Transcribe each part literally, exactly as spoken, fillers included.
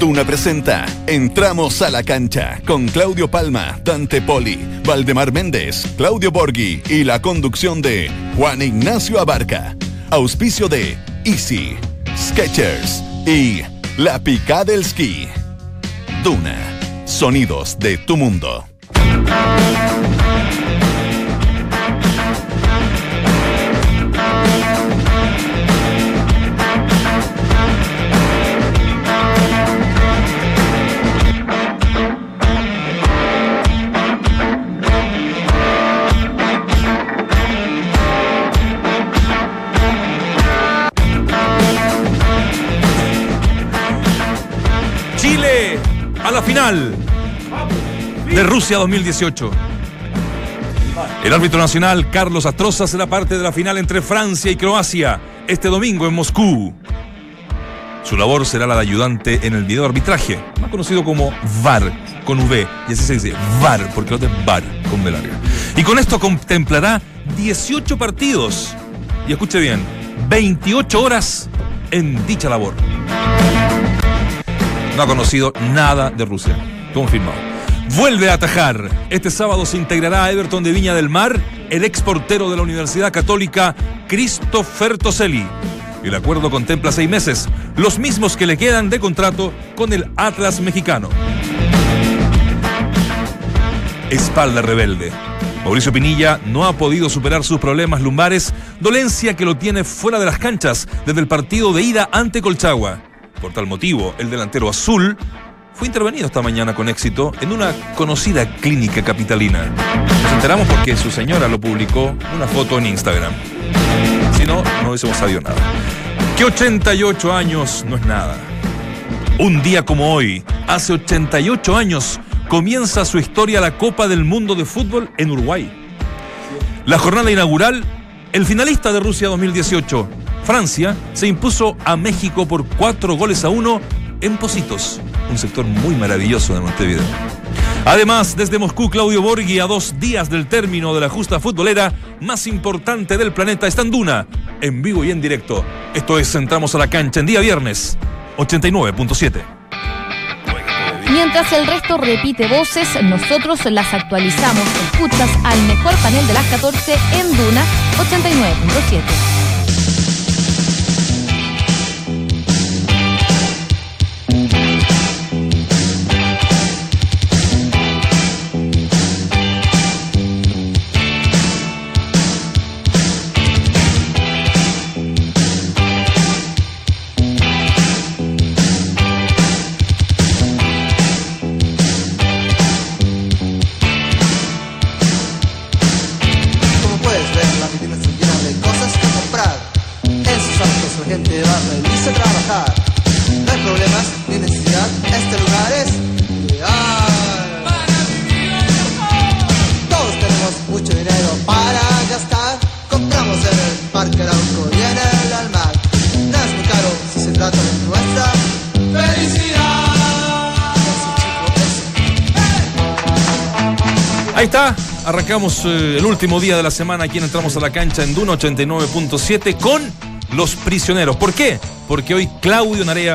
Duna presenta Entramos a la cancha con Claudio Palma, Dante Poli, Valdemar Méndez, Claudio Borghi y la conducción de Juan Ignacio Abarca. Auspicio de Easy, Skechers y La Pica del Ski. Duna, sonidos de tu mundo. A la final de Rusia dos mil dieciocho. El árbitro nacional Carlos Astroza será parte de la final entre Francia y Croacia este domingo en Moscú. Su labor será la de ayudante en el video arbitraje, más conocido como V A R con V, y así se dice V A R porque no es V A R con V larga. Y con esto contemplará dieciocho partidos y, escuche bien, veintiocho horas en dicha labor. No ha conocido nada de Rusia. Confirmado. Vuelve a atajar. Este sábado se integrará a Everton de Viña del Mar el ex portero de la Universidad Católica, Christopher Toselli. El acuerdo contempla seis meses, los mismos que le quedan de contrato con el Atlas mexicano. Espalda rebelde. Mauricio Pinilla no ha podido superar sus problemas lumbares, dolencia que lo tiene fuera de las canchas desde el partido de ida ante Colchagua. Por tal motivo, el delantero azul fue intervenido esta mañana con éxito en una conocida clínica capitalina. Nos enteramos porque su señora lo publicó una foto en Instagram. Si no, no hubiésemos sabido nada. Que ochenta y ocho años no es nada. Un día como hoy, hace ochenta y ocho años, comienza su historia la Copa del Mundo de Fútbol en Uruguay. La jornada inaugural, el finalista de Rusia dos mil dieciocho, Francia, se impuso a México por cuatro goles a uno en Pocitos, un sector muy maravilloso de Montevideo. Además, desde Moscú, Claudio Borghi, a dos días del término de la justa futbolera más importante del planeta, está en Duna, en vivo y en directo. Esto es Entramos a la Cancha en día viernes, ochenta y nueve punto siete. Mientras el resto repite voces, nosotros las actualizamos. Escuchas al mejor panel de las catorce en Duna ochenta y nueve punto siete. Ahí está, arrancamos eh, el último día de la semana aquí en Entramos a la Cancha en Duna ochenta y nueve punto siete con Los Prisioneros. ¿Por qué? Porque hoy Claudio Narea,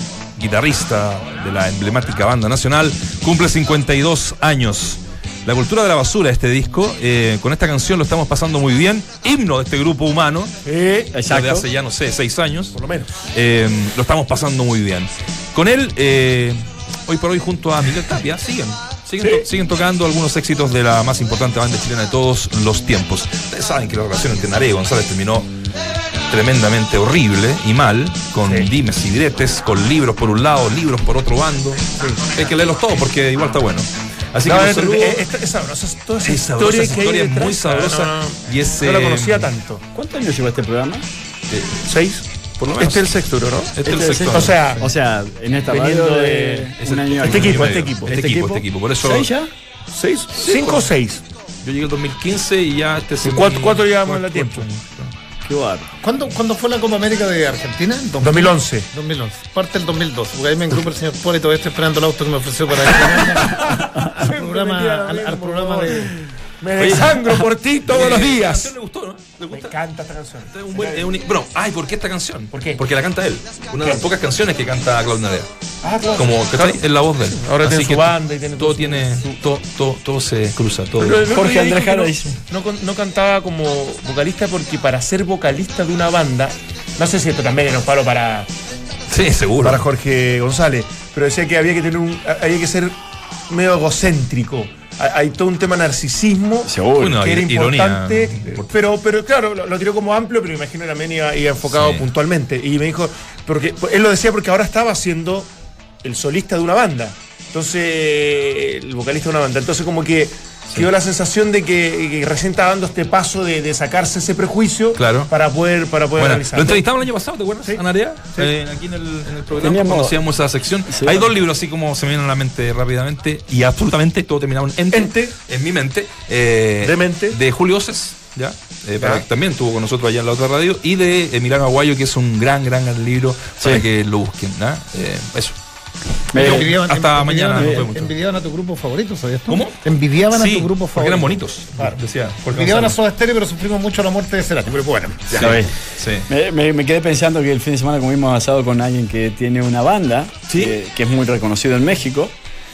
guitarrista de la emblemática banda nacional, cumple cincuenta y dos años. La cultura de la basura, este disco, eh, con esta canción lo estamos pasando muy bien. Himno de este grupo humano, eh, desde hace ya, no sé, seis años. Por lo menos. Eh, lo estamos pasando muy bien. Con él, eh, hoy por hoy, junto a Miguel Tapia, siguen. Siguen, ¿Sí? to- siguen tocando algunos éxitos de la más importante banda chilena de todos los tiempos. Ustedes saben que la relación entre Narea y González terminó tremendamente horrible y mal, con sí. dimes y diretes, con libros por un lado, libros por otro bando. Sí. Hay que leerlos todos porque igual está bueno. Así no, que es, saludo. es, es, es sabrosa, toda esa es sabrosa, historia, esa que historia hay es muy sabrosa. no, no, y ese, no la conocía tanto. ¿Cuántos años lleva este programa? Eh, ¿Seis? Por lo menos. Este es el sexto, ¿no? Este es el sexto. sexto. O sea, O sea, en esta Veniendo radio de- de Es un el- año. este año y equipo, medio. este equipo. Este equipo, este equipo. Por eso. ¿Seis ya? ¿seis? ¿Cinco o seis? Yo llegué en dos mil quince y ya este es el Cuatro, mi- cuatro llevamos en la cuatro tiempo. años. Qué bárbaro. ¿Cuándo, ¿Cuándo fue la Copa América de Argentina? dos mil once. dos mil once. Parte del dos mil doce. Porque ahí me engrupa el señor Poli y todavía estoy esperando el auto que me ofreció para ir al programa, al, al programa de... Me desangro por ti todos los Eh, días. La canción le gustó, ¿no? ¿Le Me gusta? encanta esta canción. Es un buen- es un- bueno, ay, ¿por qué esta canción? ¿Por qué? Porque la canta él. Una de las pocas canciones que canta Claudio Narea. Ah, claro. Como, ¿cachai? Es la voz de él. Ahora Así tiene su que banda y tiene todo todo su- tiene, todo, todo, todo se cruza, todo. Pero el otro Jorge día Andrés dijo que Jara no- dice. No, con- no cantaba como vocalista porque para ser vocalista de una banda, no sé si esto también era un palo para, Sí, seguro. para Jorge González, pero decía que había que tener un, había que ser medio egocéntrico. Hay, hay todo un tema narcisismo Seguro. Bueno, que era ironía. importante, pero, pero claro, lo, lo tiró como amplio, pero imagino que también iba, iba enfocado Sí. puntualmente. Y me dijo, porque él lo decía porque ahora estaba siendo el solista de una banda. Entonces, el vocalista de una banda. Entonces, como que dio la sensación de que, que recién estaba dando este paso de, de sacarse ese prejuicio Claro. para poder, para poder Bueno, realizarlo. lo entrevistamos el año pasado, ¿te acuerdas? Sí. A Narea, Sí. eh, aquí en el, en el programa, Teníamos- conocíamos esa sección. Sí. Hay dos libros así como se me vienen a la mente rápidamente y absolutamente todo terminado en ente, Ente. en mi mente. eh, De mente. De Julio Oces, ¿ya? Eh, para Ya. que también estuvo con nosotros allá en la otra radio. Y de Emiliano Aguayo, que es un gran, gran, gran libro para Sí. que lo busquen. ¿ya? Eh, eso. Me- Yo- Envidiaban- hasta envidiaban- mañana nos vemos. Envidiaban a tu grupo favorito, ¿sabías tú? ¿Cómo? Envidiaban Sí, a tu grupo porque favorito. eran bonitos, Claro. decía Jorge Envidiaban a González. Soda Stereo, pero sufrimos mucho la muerte de Cerati. Pero bueno, ya. Lo ves. Sí. Me, me- me quedé pensando que el fin de semana comimos asado con alguien que tiene una banda ¿Sí? que, que es muy reconocido en México.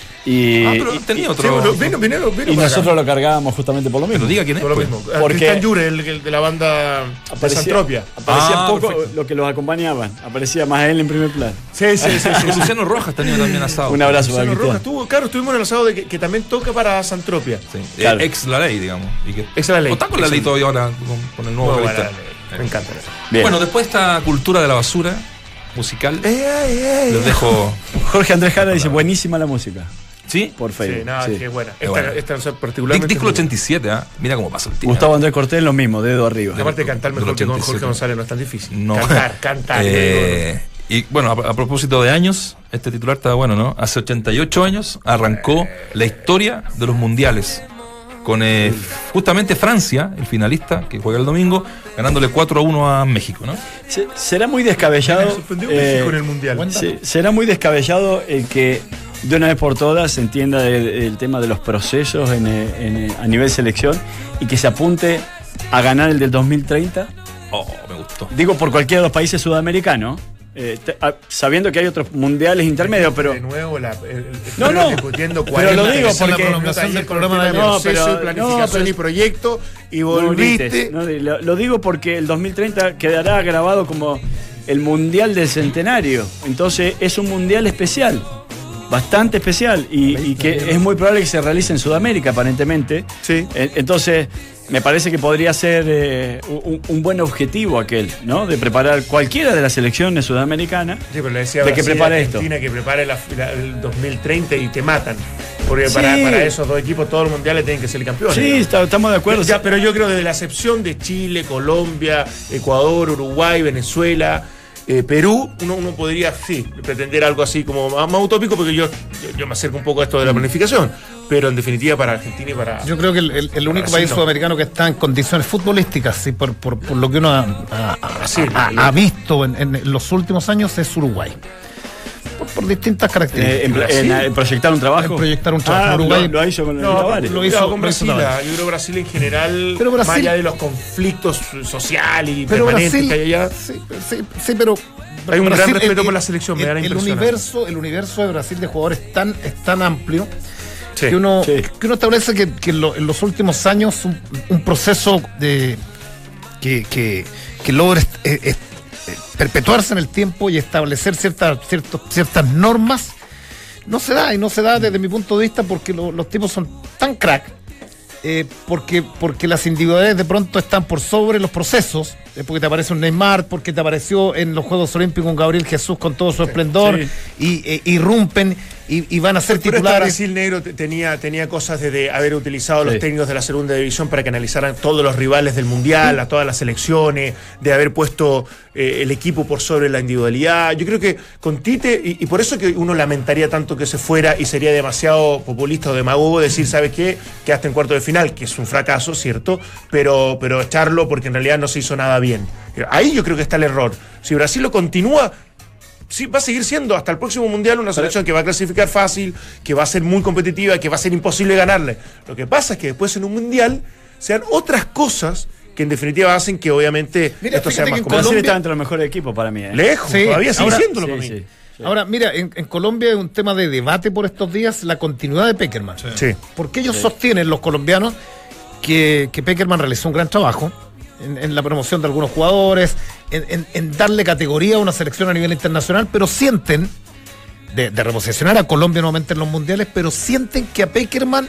Y, Ah, pero y- tenía y- otro. Sí, bueno, vino, vino, vino y para nosotros acá. lo cargábamos justamente por lo mismo. Pero diga quién es. Por lo pues. mismo. Porque- Cristian Yure, el, el de la banda de Aparecía, Santropia. aparecía Ah, poco perfecto. lo que los acompañaban. Aparecía más él en primer plano. Sí, sí, sí. sí, Con sí. Luciano Rojas tenía también asado. Un abrazo para Luciano Cristian. Rojas estuvo, claro, estuvimos en el asado de que, que también toca para Santropia. Sí. Claro. Eh, ex la ley, digamos. Y que, Ex la ley. O está con la Ex ley la- todavía ahora con, con el nuevo Muy vocalista. buena, dale. Me encanta. Bien. Bueno, después de esta cultura de la basura musical, Eh, les dejo. Jorge Andrés Jara dice, buenísima la música. ¿Sí? Por Sí, Facebook. nada, Sí. que es buena. Es Esta, buena. esta canción Dic- particularmente. Disco del es muy ochenta y siete, ¿ah? Mira cómo pasa el tiempo. Gustavo Andrés Cortés, lo mismo, dedo arriba. buena. Aparte de cantar Del mejor que con ochenta y siete. Jorge González no es tan difícil. No. Cantar, cantar. Eh, y bueno, a, a propósito de años, este titular está bueno, ¿no? Hace ochenta y ocho años arrancó la historia de los mundiales. Con eh, justamente Francia, el finalista, que juega el domingo, ganándole cuatro a uno a México, ¿no? Se- Será muy Me descabellado. sorprendió eh, México en el Mundial. sí, será muy descabellado el que de una vez por todas se entienda el, el tema de los procesos en, eh, en, eh, a nivel selección y que se apunte a ganar el del dos mil treinta. Oh, me gustó. Digo por cualquiera de los países sudamericanos, eh, te- a- sabiendo que hay otros mundiales intermedios, pero De nuevo, la, el, el- No, estuvieron no. discutiendo Pero cuarenta lo digo veces la porque- prolongación del programa de No, proceso pero- y planificación no, pero- y proyecto y no volviste. grites, no, lo, lo digo porque el dos mil treinta quedará grabado como el mundial del centenario. Entonces es un mundial especial, bastante especial y, y que es muy probable que se realice en Sudamérica aparentemente. Sí. Eh, Entonces me parece que podría ser eh, un, un buen objetivo aquel, ¿no? De preparar cualquiera de las selecciones sudamericanas. Sí, pero le decía a De que Brasil y prepare Argentina que prepare la- la- el dos mil treinta y te matan. Porque para, Sí. para esos dos equipos todos los mundiales tienen que ser campeones. Sí, ¿no? está- estamos de acuerdo. Ya, pero yo creo que de la excepción de Chile, Colombia, Ecuador, Uruguay, Venezuela, eh, Perú, uno, uno podría, sí, pretender algo así como más, más utópico, porque yo, yo, yo me acerco un poco a esto de la planificación. Pero en definitiva para Argentina y para... Yo creo que el, el- el único Brasil país no. sudamericano que está en condiciones futbolísticas, sí, por, por, por lo que uno ha, ha- ha- Brasil, ha- el- ha visto en, en los últimos años, es Uruguay. Por, por distintas Eh, características. en, pla- en, eh, proyectar un trabajo. En proyectar un trabajo. Ah, Uruguay- lo, lo hizo con el No, Tavares. lo lo hizo- hizo con lo hizo Brasil. Tavares. Yo creo que Brasil en general, Pero Brasil- más allá de los conflictos sociales y Pero permanentes Brasil, que hay allá, sí, sí, sí, pero Hay un gran Brasil, respeto el- por la selección, me da la el, el impresión. universo, el universo de Brasil de jugadores es tan, es tan amplio Sí. que uno, Sí. que uno establece que, que en, lo- en los últimos años un, un proceso de que, que, que logre est- eh, eh, eh, perpetuarse en el tiempo y establecer ciertas, ciertos, ciertas normas no se da, y no se da desde mi punto de vista porque lo- los tipos son tan crack, eh, porque, porque las individualidades de pronto están por sobre los procesos, eh, porque te aparece un Neymar, porque te apareció en los Juegos Olímpicos un Gabriel Jesús con todo su esplendor, sí. y eh, irrumpen y, y van a ser Pero este titulares. Brasil negro te- tenía, tenía cosas desde haber utilizado los Sí. técnicos de la segunda división para que analizaran todos los rivales del mundial, a todas las selecciones, de haber puesto eh, el equipo por sobre la individualidad. Yo creo que con Tite, y, y por eso que uno lamentaría tanto que se fuera y sería demasiado populista o demagogo decir, ¿sabes qué? Quedaste en cuarto de final, que es un fracaso, ¿cierto? Pero, pero echarlo porque en realidad no se hizo nada bien. Ahí yo creo que está el error. Si Brasil lo continúa, sí, va a seguir siendo hasta el próximo mundial una selección que va a clasificar fácil, que va a ser muy competitiva, que va a ser imposible ganarle. Lo que pasa es que después en un mundial sean otras cosas que en definitiva hacen que obviamente Mira, esto sea fíjate más que en común. Brasil Colombia- está entre los mejores equipos para mí. ¿eh? Lejos, Sí, todavía sigue ahora- siéndolo Sí, para mí. sí. Ahora, mira, en, en Colombia es un tema de debate por estos días la continuidad de Pekerman. Sí. Porque ellos sostienen, los colombianos, que, que Pekerman realizó un gran trabajo en, en la promoción de algunos jugadores, en, en- en darle categoría a una selección a nivel internacional, pero sienten, de, de reposicionar a Colombia nuevamente en los mundiales, pero sienten que a Pekerman,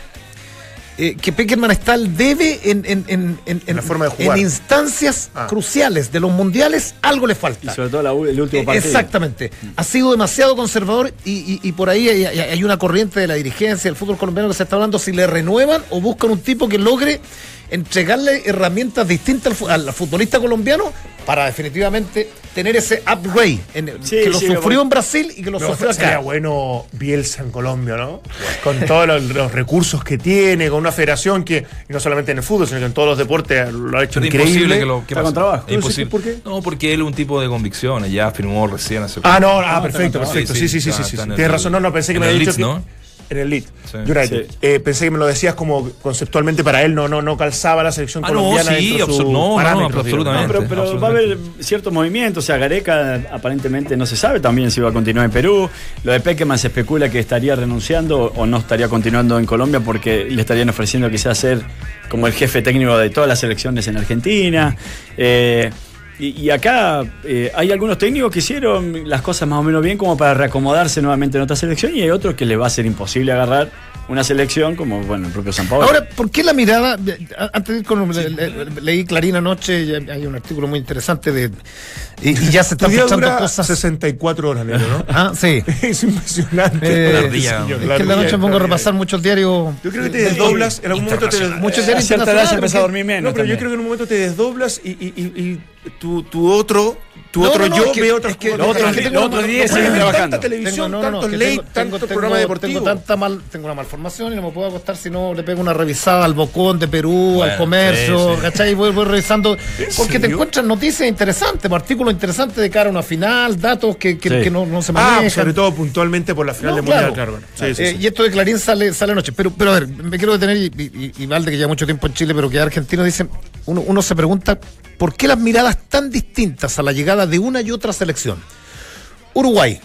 eh, que Pekerman está al debe en, en, en, en, En la forma de jugar. en instancias Ah. cruciales de los mundiales, algo le falta. Y sobre todo la u- el último partido. Exactamente. Ha sido demasiado conservador y, y- y por ahí hay, hay- hay una corriente de la dirigencia del fútbol colombiano que se está hablando si le renuevan o buscan un tipo que logre entregarle herramientas distintas al, fu- al futbolista colombiano para definitivamente tener ese upgrade en- Sí, que lo sí, sufrió lo- en Brasil y que lo No, sufrió sería acá. bueno Bielsa en Colombia, ¿no? Con todos los, los recursos que tiene, con una federación que, y no solamente en el fútbol, sino que en todos los deportes lo ha hecho Es increíble. imposible que lo que Está con pase. trabajo. Es imposible. ¿Por qué? No, porque él es un tipo de convicciones, ya firmó recién hace Ah, no, ah, Ah, perfecto, está perfecto. Sí, sí, sí, sí, está- sí. está en el- Tienes razón, no, no, pensé que en me el había dicho Leeds, que- ¿no? En el Leeds, Sí. United. Sí. Eh, pensé que me lo decías como conceptualmente para él no, no, no calzaba la selección Ah, no, colombiana. sí, dentro de sus absol- no, no, parámetros, digo. absolutamente. No, pero, pero va a haber ciertos movimientos. O sea, Gareca aparentemente no se sabe también si va a continuar en Perú. Lo de Pekerman se especula que estaría renunciando o no estaría continuando en Colombia porque le estarían ofreciendo quizás ser como el jefe técnico de todas las selecciones en Argentina. Eh, y, y acá eh, hay algunos técnicos que hicieron las cosas más o menos bien como para reacomodarse nuevamente en otra selección y hay otros que le va a ser imposible agarrar una selección como, bueno, el propio San Paulo. Ahora, ¿por qué la mirada? Antes de ir con. le- le- leí Clarín anoche, y hay un artículo muy interesante de. Y, y ya se Tu están día filtrando dura cosas. sesenta y cuatro horas, Negro, ¿no? Ah, sí. Es impresionante. Eh, La ardilla, Señor, Es que en la ardilla, noche me pongo a ardilla. repasar muchos diarios. Yo creo que te desdoblas, en algún momento te Muchos a diarios cierta edad internacionales, ya empezó a porque- dormir menos. No, pero yo también. creo que en un momento te desdoblas y, y, y, y tu, tu otro, tu No, otro no, no, yo es que- ve otras es que cosas. los otros- Es que los tengo- otros no días puedo siguen ver trabajando. Tanta televisión, Tengo- no, no, no, tantos que late, tengo- tantos tengo- programas tengo- deportivos. Tengo tanta mal, tengo una malformación y no me puedo acostar si no le pego una revisada al Bocón de Perú, Bueno, al comercio, sí, sí. ¿cachai? Voy, voy revisando. Porque te serio? encuentras noticias interesantes, artículos interesantes de cara a una final, datos que, que, Sí. que no, no se Ah, manejan. sobre todo puntualmente por la final No, del Mundial, claro. bueno. Sí, sí, Eh, sí. Y esto de Clarín sale, sale anoche. Pero, pero a ver, me quiero detener y, y, y Valde, que lleva mucho tiempo en Chile, pero que es argentino, dice, uno, uno se pregunta, ¿por qué las miradas tan distintas a la llegada de una y otra selección? Uruguay.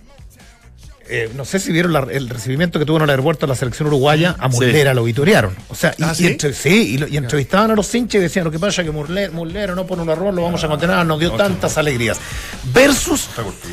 Eh, no sé si vieron la- el recibimiento que tuvo en el aeropuerto de la selección uruguaya. A Muslera lo vitorearon. O sea, y, ¿Ah, y sí? entre- sí, y, lo- y entrevistaban a los hinchas y decían, lo que pasa es que Muslera, Muslera no pone un error, lo vamos a condenar, nos dio tantas alegrías. Versus,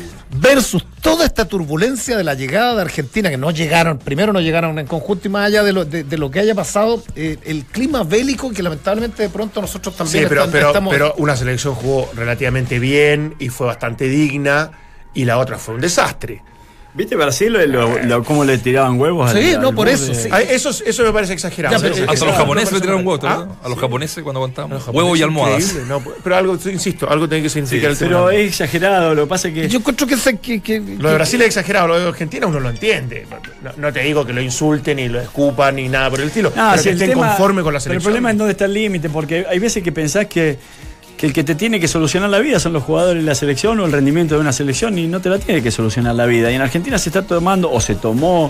versus toda esta turbulencia de la llegada de Argentina, que no llegaron, primero no llegaron en conjunto y más allá de lo, de, de lo que haya pasado, eh, el clima bélico que lamentablemente de pronto nosotros Sí, también pero, estam- pero, estamos... pero una selección jugó relativamente bien y fue bastante digna y la otra fue un desastre. ¿Viste Brasil lo, lo- lo- cómo le tiraban huevos? Sí, al- no, al por borde? eso, sí. Ah, Eso, eso me parece exagerado. Ya, pero- Eso- Hasta eso los me japoneses parece le tiraron huevos, mal. ¿verdad? A los japoneses cuando aguantábamos. Ah, Huevos y almohadas. increíble, no, pero algo, insisto, algo tiene que significar el Pero tema. es exagerado, lo que pasa es que... Yo encuentro que, se- que, que- Lo de Brasil es exagerado, lo de Argentina uno lo entiende. No, no te digo que lo insulten ni lo escupan ni nada por el estilo, Ah, pero sí, que el estén tema- conforme con la Pero el selección. problema es dónde está el límite, porque hay veces que pensás que, que el que te tiene que solucionar la vida son los jugadores de la selección o el rendimiento de una selección y no te la tiene que solucionar la vida. Y en Argentina se está tomando, o se tomó,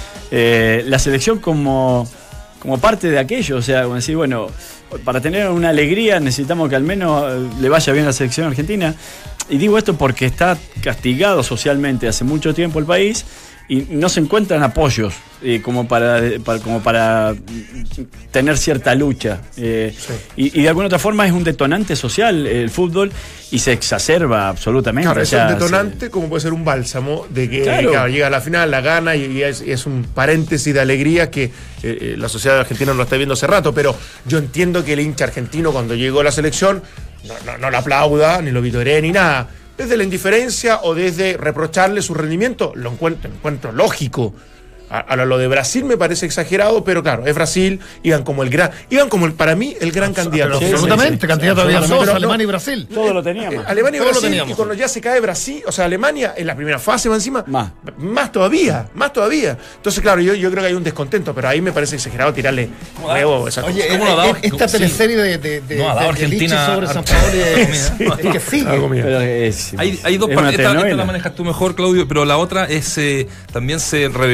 eh, la selección como, como parte de aquello. O sea, como decir, bueno, para tener una alegría necesitamos que al menos eh, le vaya bien a la selección argentina. Y digo esto porque está castigado socialmente hace mucho tiempo el país y no se encuentran apoyos eh, como para, para- como para mm, tener cierta lucha. Eh, y, y de alguna otra forma es un detonante social el fútbol y se exacerba absolutamente. Claro, O es sea, un detonante como puede ser un bálsamo de que Claro. claro, llega a la final, la gana y, y es, y es un paréntesis de alegría que eh, eh, la sociedad argentina no lo está viendo hace rato, pero yo entiendo que el hincha argentino cuando llegó a la selección no, no, no lo aplauda, ni lo vitoree, ni nada. Desde la indiferencia o desde reprocharle su rendimiento, lo encuentro, encuentro lógico. A, a lo de Brasil me parece exagerado, pero claro, es Brasil, iban como el gran, iban como el, para mí, el gran candidato. pero Sí, absolutamente, sí, sí. candidato había Absolutamente. dos, Pero no- Alemania y Brasil. todo lo teníamos. Eh, Alemania y Todo lo Brasil, teníamos. y cuando ya se cae Brasil, o sea, Alemania en la primera fase va encima, Más. más todavía, más todavía. Entonces, claro, yo, yo creo que hay un descontento, pero ahí me parece exagerado tirarle huevo a esa Oye, cosa. ¿Cómo lo ha eh, dado? eh, esta Sí. teleserie de, de, de, No, ha dado de- de Lichi Argentina sobre San harta Paolo es, comida. es que sigue. Algo mío. Pero es- Hay, hay dos es una partes. Esta, esta telenovela. la manejas tú mejor, Claudio, pero la otra es eh, también se reveló por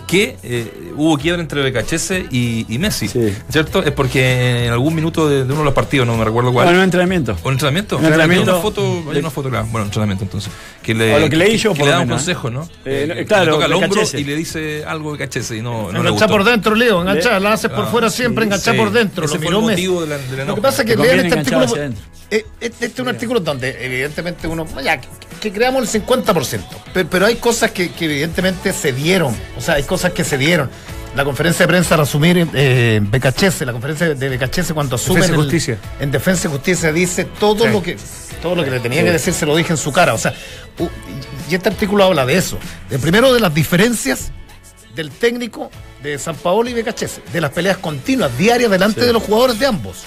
qué eh, hubo quiebra entre Becachese y, y Messi, Sí. ¿cierto? Es porque en algún minuto de, de uno de los partidos, no me recuerdo cuál. Bueno, un entrenamiento. ¿O entrenamiento? Un entrenamiento. Hay una foto, hay una foto acá. Bueno, entrenamiento entonces. Que le, O lo que leí yo, que por le lo da un menos, consejo, ¿no? Eh, Que- que claro, le toca el hombro Becachese. y le dice algo de Becachese y no, no le Enganchá gustó. por dentro, Leo, enganchá, Le- la haces por Ah, fuera siempre, sí, enganchá sí. por dentro. Ese Lo fue miró el Messi. motivo de la- del Lo enojo. que pasa es que Te lean conviene este enganchar artículo. hacia adentro. eh, Este este es un artículo donde evidentemente uno, ya, que, que creamos el cincuenta por ciento, pero, pero hay cosas que, que evidentemente se dieron, o sea, hay cosas que se dieron. La conferencia de prensa, resumir, eh, Becachese, la conferencia de Becachese cuando asume Defensa y en el- Justicia. en Defensa y Justicia dice todo Sí. lo que todo lo que le tenía que decir se lo dije en su cara, o sea, u- y este artículo habla de eso, de primero de las diferencias del técnico de San Paolo y Becachese, de las peleas continuas, diarias delante Sí. de los jugadores de ambos.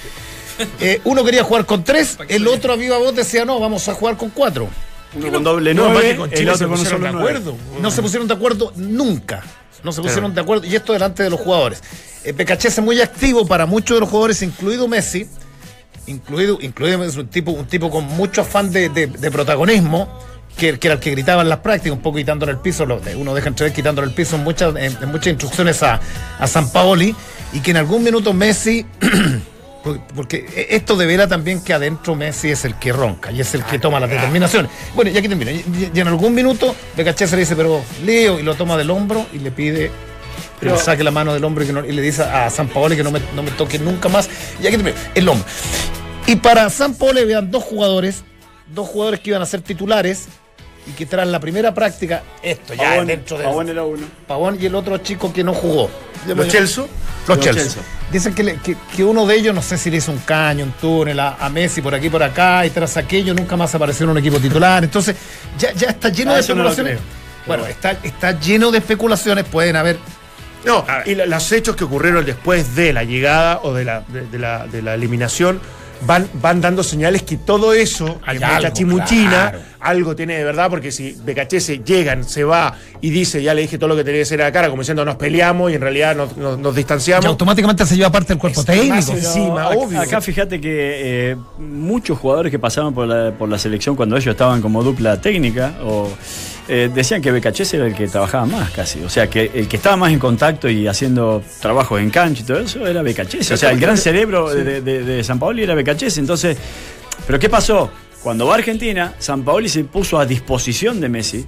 Eh, uno quería jugar con tres, el otro a viva voz decía no, vamos a jugar con cuatro. Uno con doble No, más nueve, que con el Chile se otro con un pusieron solo de nueve. acuerdo. No se pusieron de acuerdo nunca. No se pusieron de acuerdo. Y esto delante de los jugadores. Eh, Becachese muy activo para muchos de los jugadores, incluido Messi. Incluido, incluido Messi, un tipo, un tipo con mucho afán de, de- de protagonismo, que, que era el que gritaba en las prácticas, un poco quitándole el piso, lo- uno deja entrever quitándole el piso en muchas, en, en muchas instrucciones a, a San Paoli, y que en algún minuto Messi. Porque, porque esto devela también que adentro Messi es el que ronca y es el que toma las determinaciones. Bueno, ya que termina. Y, y en algún minuto Becachese le dice, pero Leo, y lo toma del hombro y le pide que le saque la mano del hombro y, que no- y le dice a San Paolo que no me, no me toque nunca más. Y ya que termina, el hombro. Y para San Paolo vean dos jugadores, dos jugadores que iban a ser titulares y que tras la primera práctica, esto ya Pavón, es dentro de Pavón era uno. Pavón y el otro chico que no jugó. Los Chelsea. Los Los Chelsea. Chelsea. Dicen que, le- que, que uno de ellos, no sé si le hizo un caño, un túnel a, a Messi por aquí por acá, y tras aquello nunca más apareció en un equipo titular. Entonces, ya, ya está lleno Ah, de eso no lo especulaciones. creo. Bueno, está, está lleno de especulaciones, pueden haber. No, y la- los hechos que ocurrieron después de la llegada o de la, de, de la, de la eliminación van, van dando señales que todo eso, Hay que es algo, mucha chimuchina, claro. algo tiene de verdad, porque si Becachese llegan, se va y dice, ya le dije todo lo que tenía que decir a la cara, como diciendo nos peleamos y en realidad nos, nos, nos Y distanciamos. automáticamente se lleva parte del cuerpo Es técnico. más encima, Pero obvio. acá, acá fíjate que eh, muchos jugadores que pasaban por la, por la selección cuando ellos estaban como dupla técnica o eh, decían que Becachese era el que trabajaba más casi, o sea que el que estaba más en contacto y haciendo trabajos en cancha y todo eso era Becachese, o sea el gran cerebro de, de, de San Paoli era Becachese. Entonces, pero ¿qué pasó? Cuando va a Argentina, San Paoli se puso a disposición de Messi.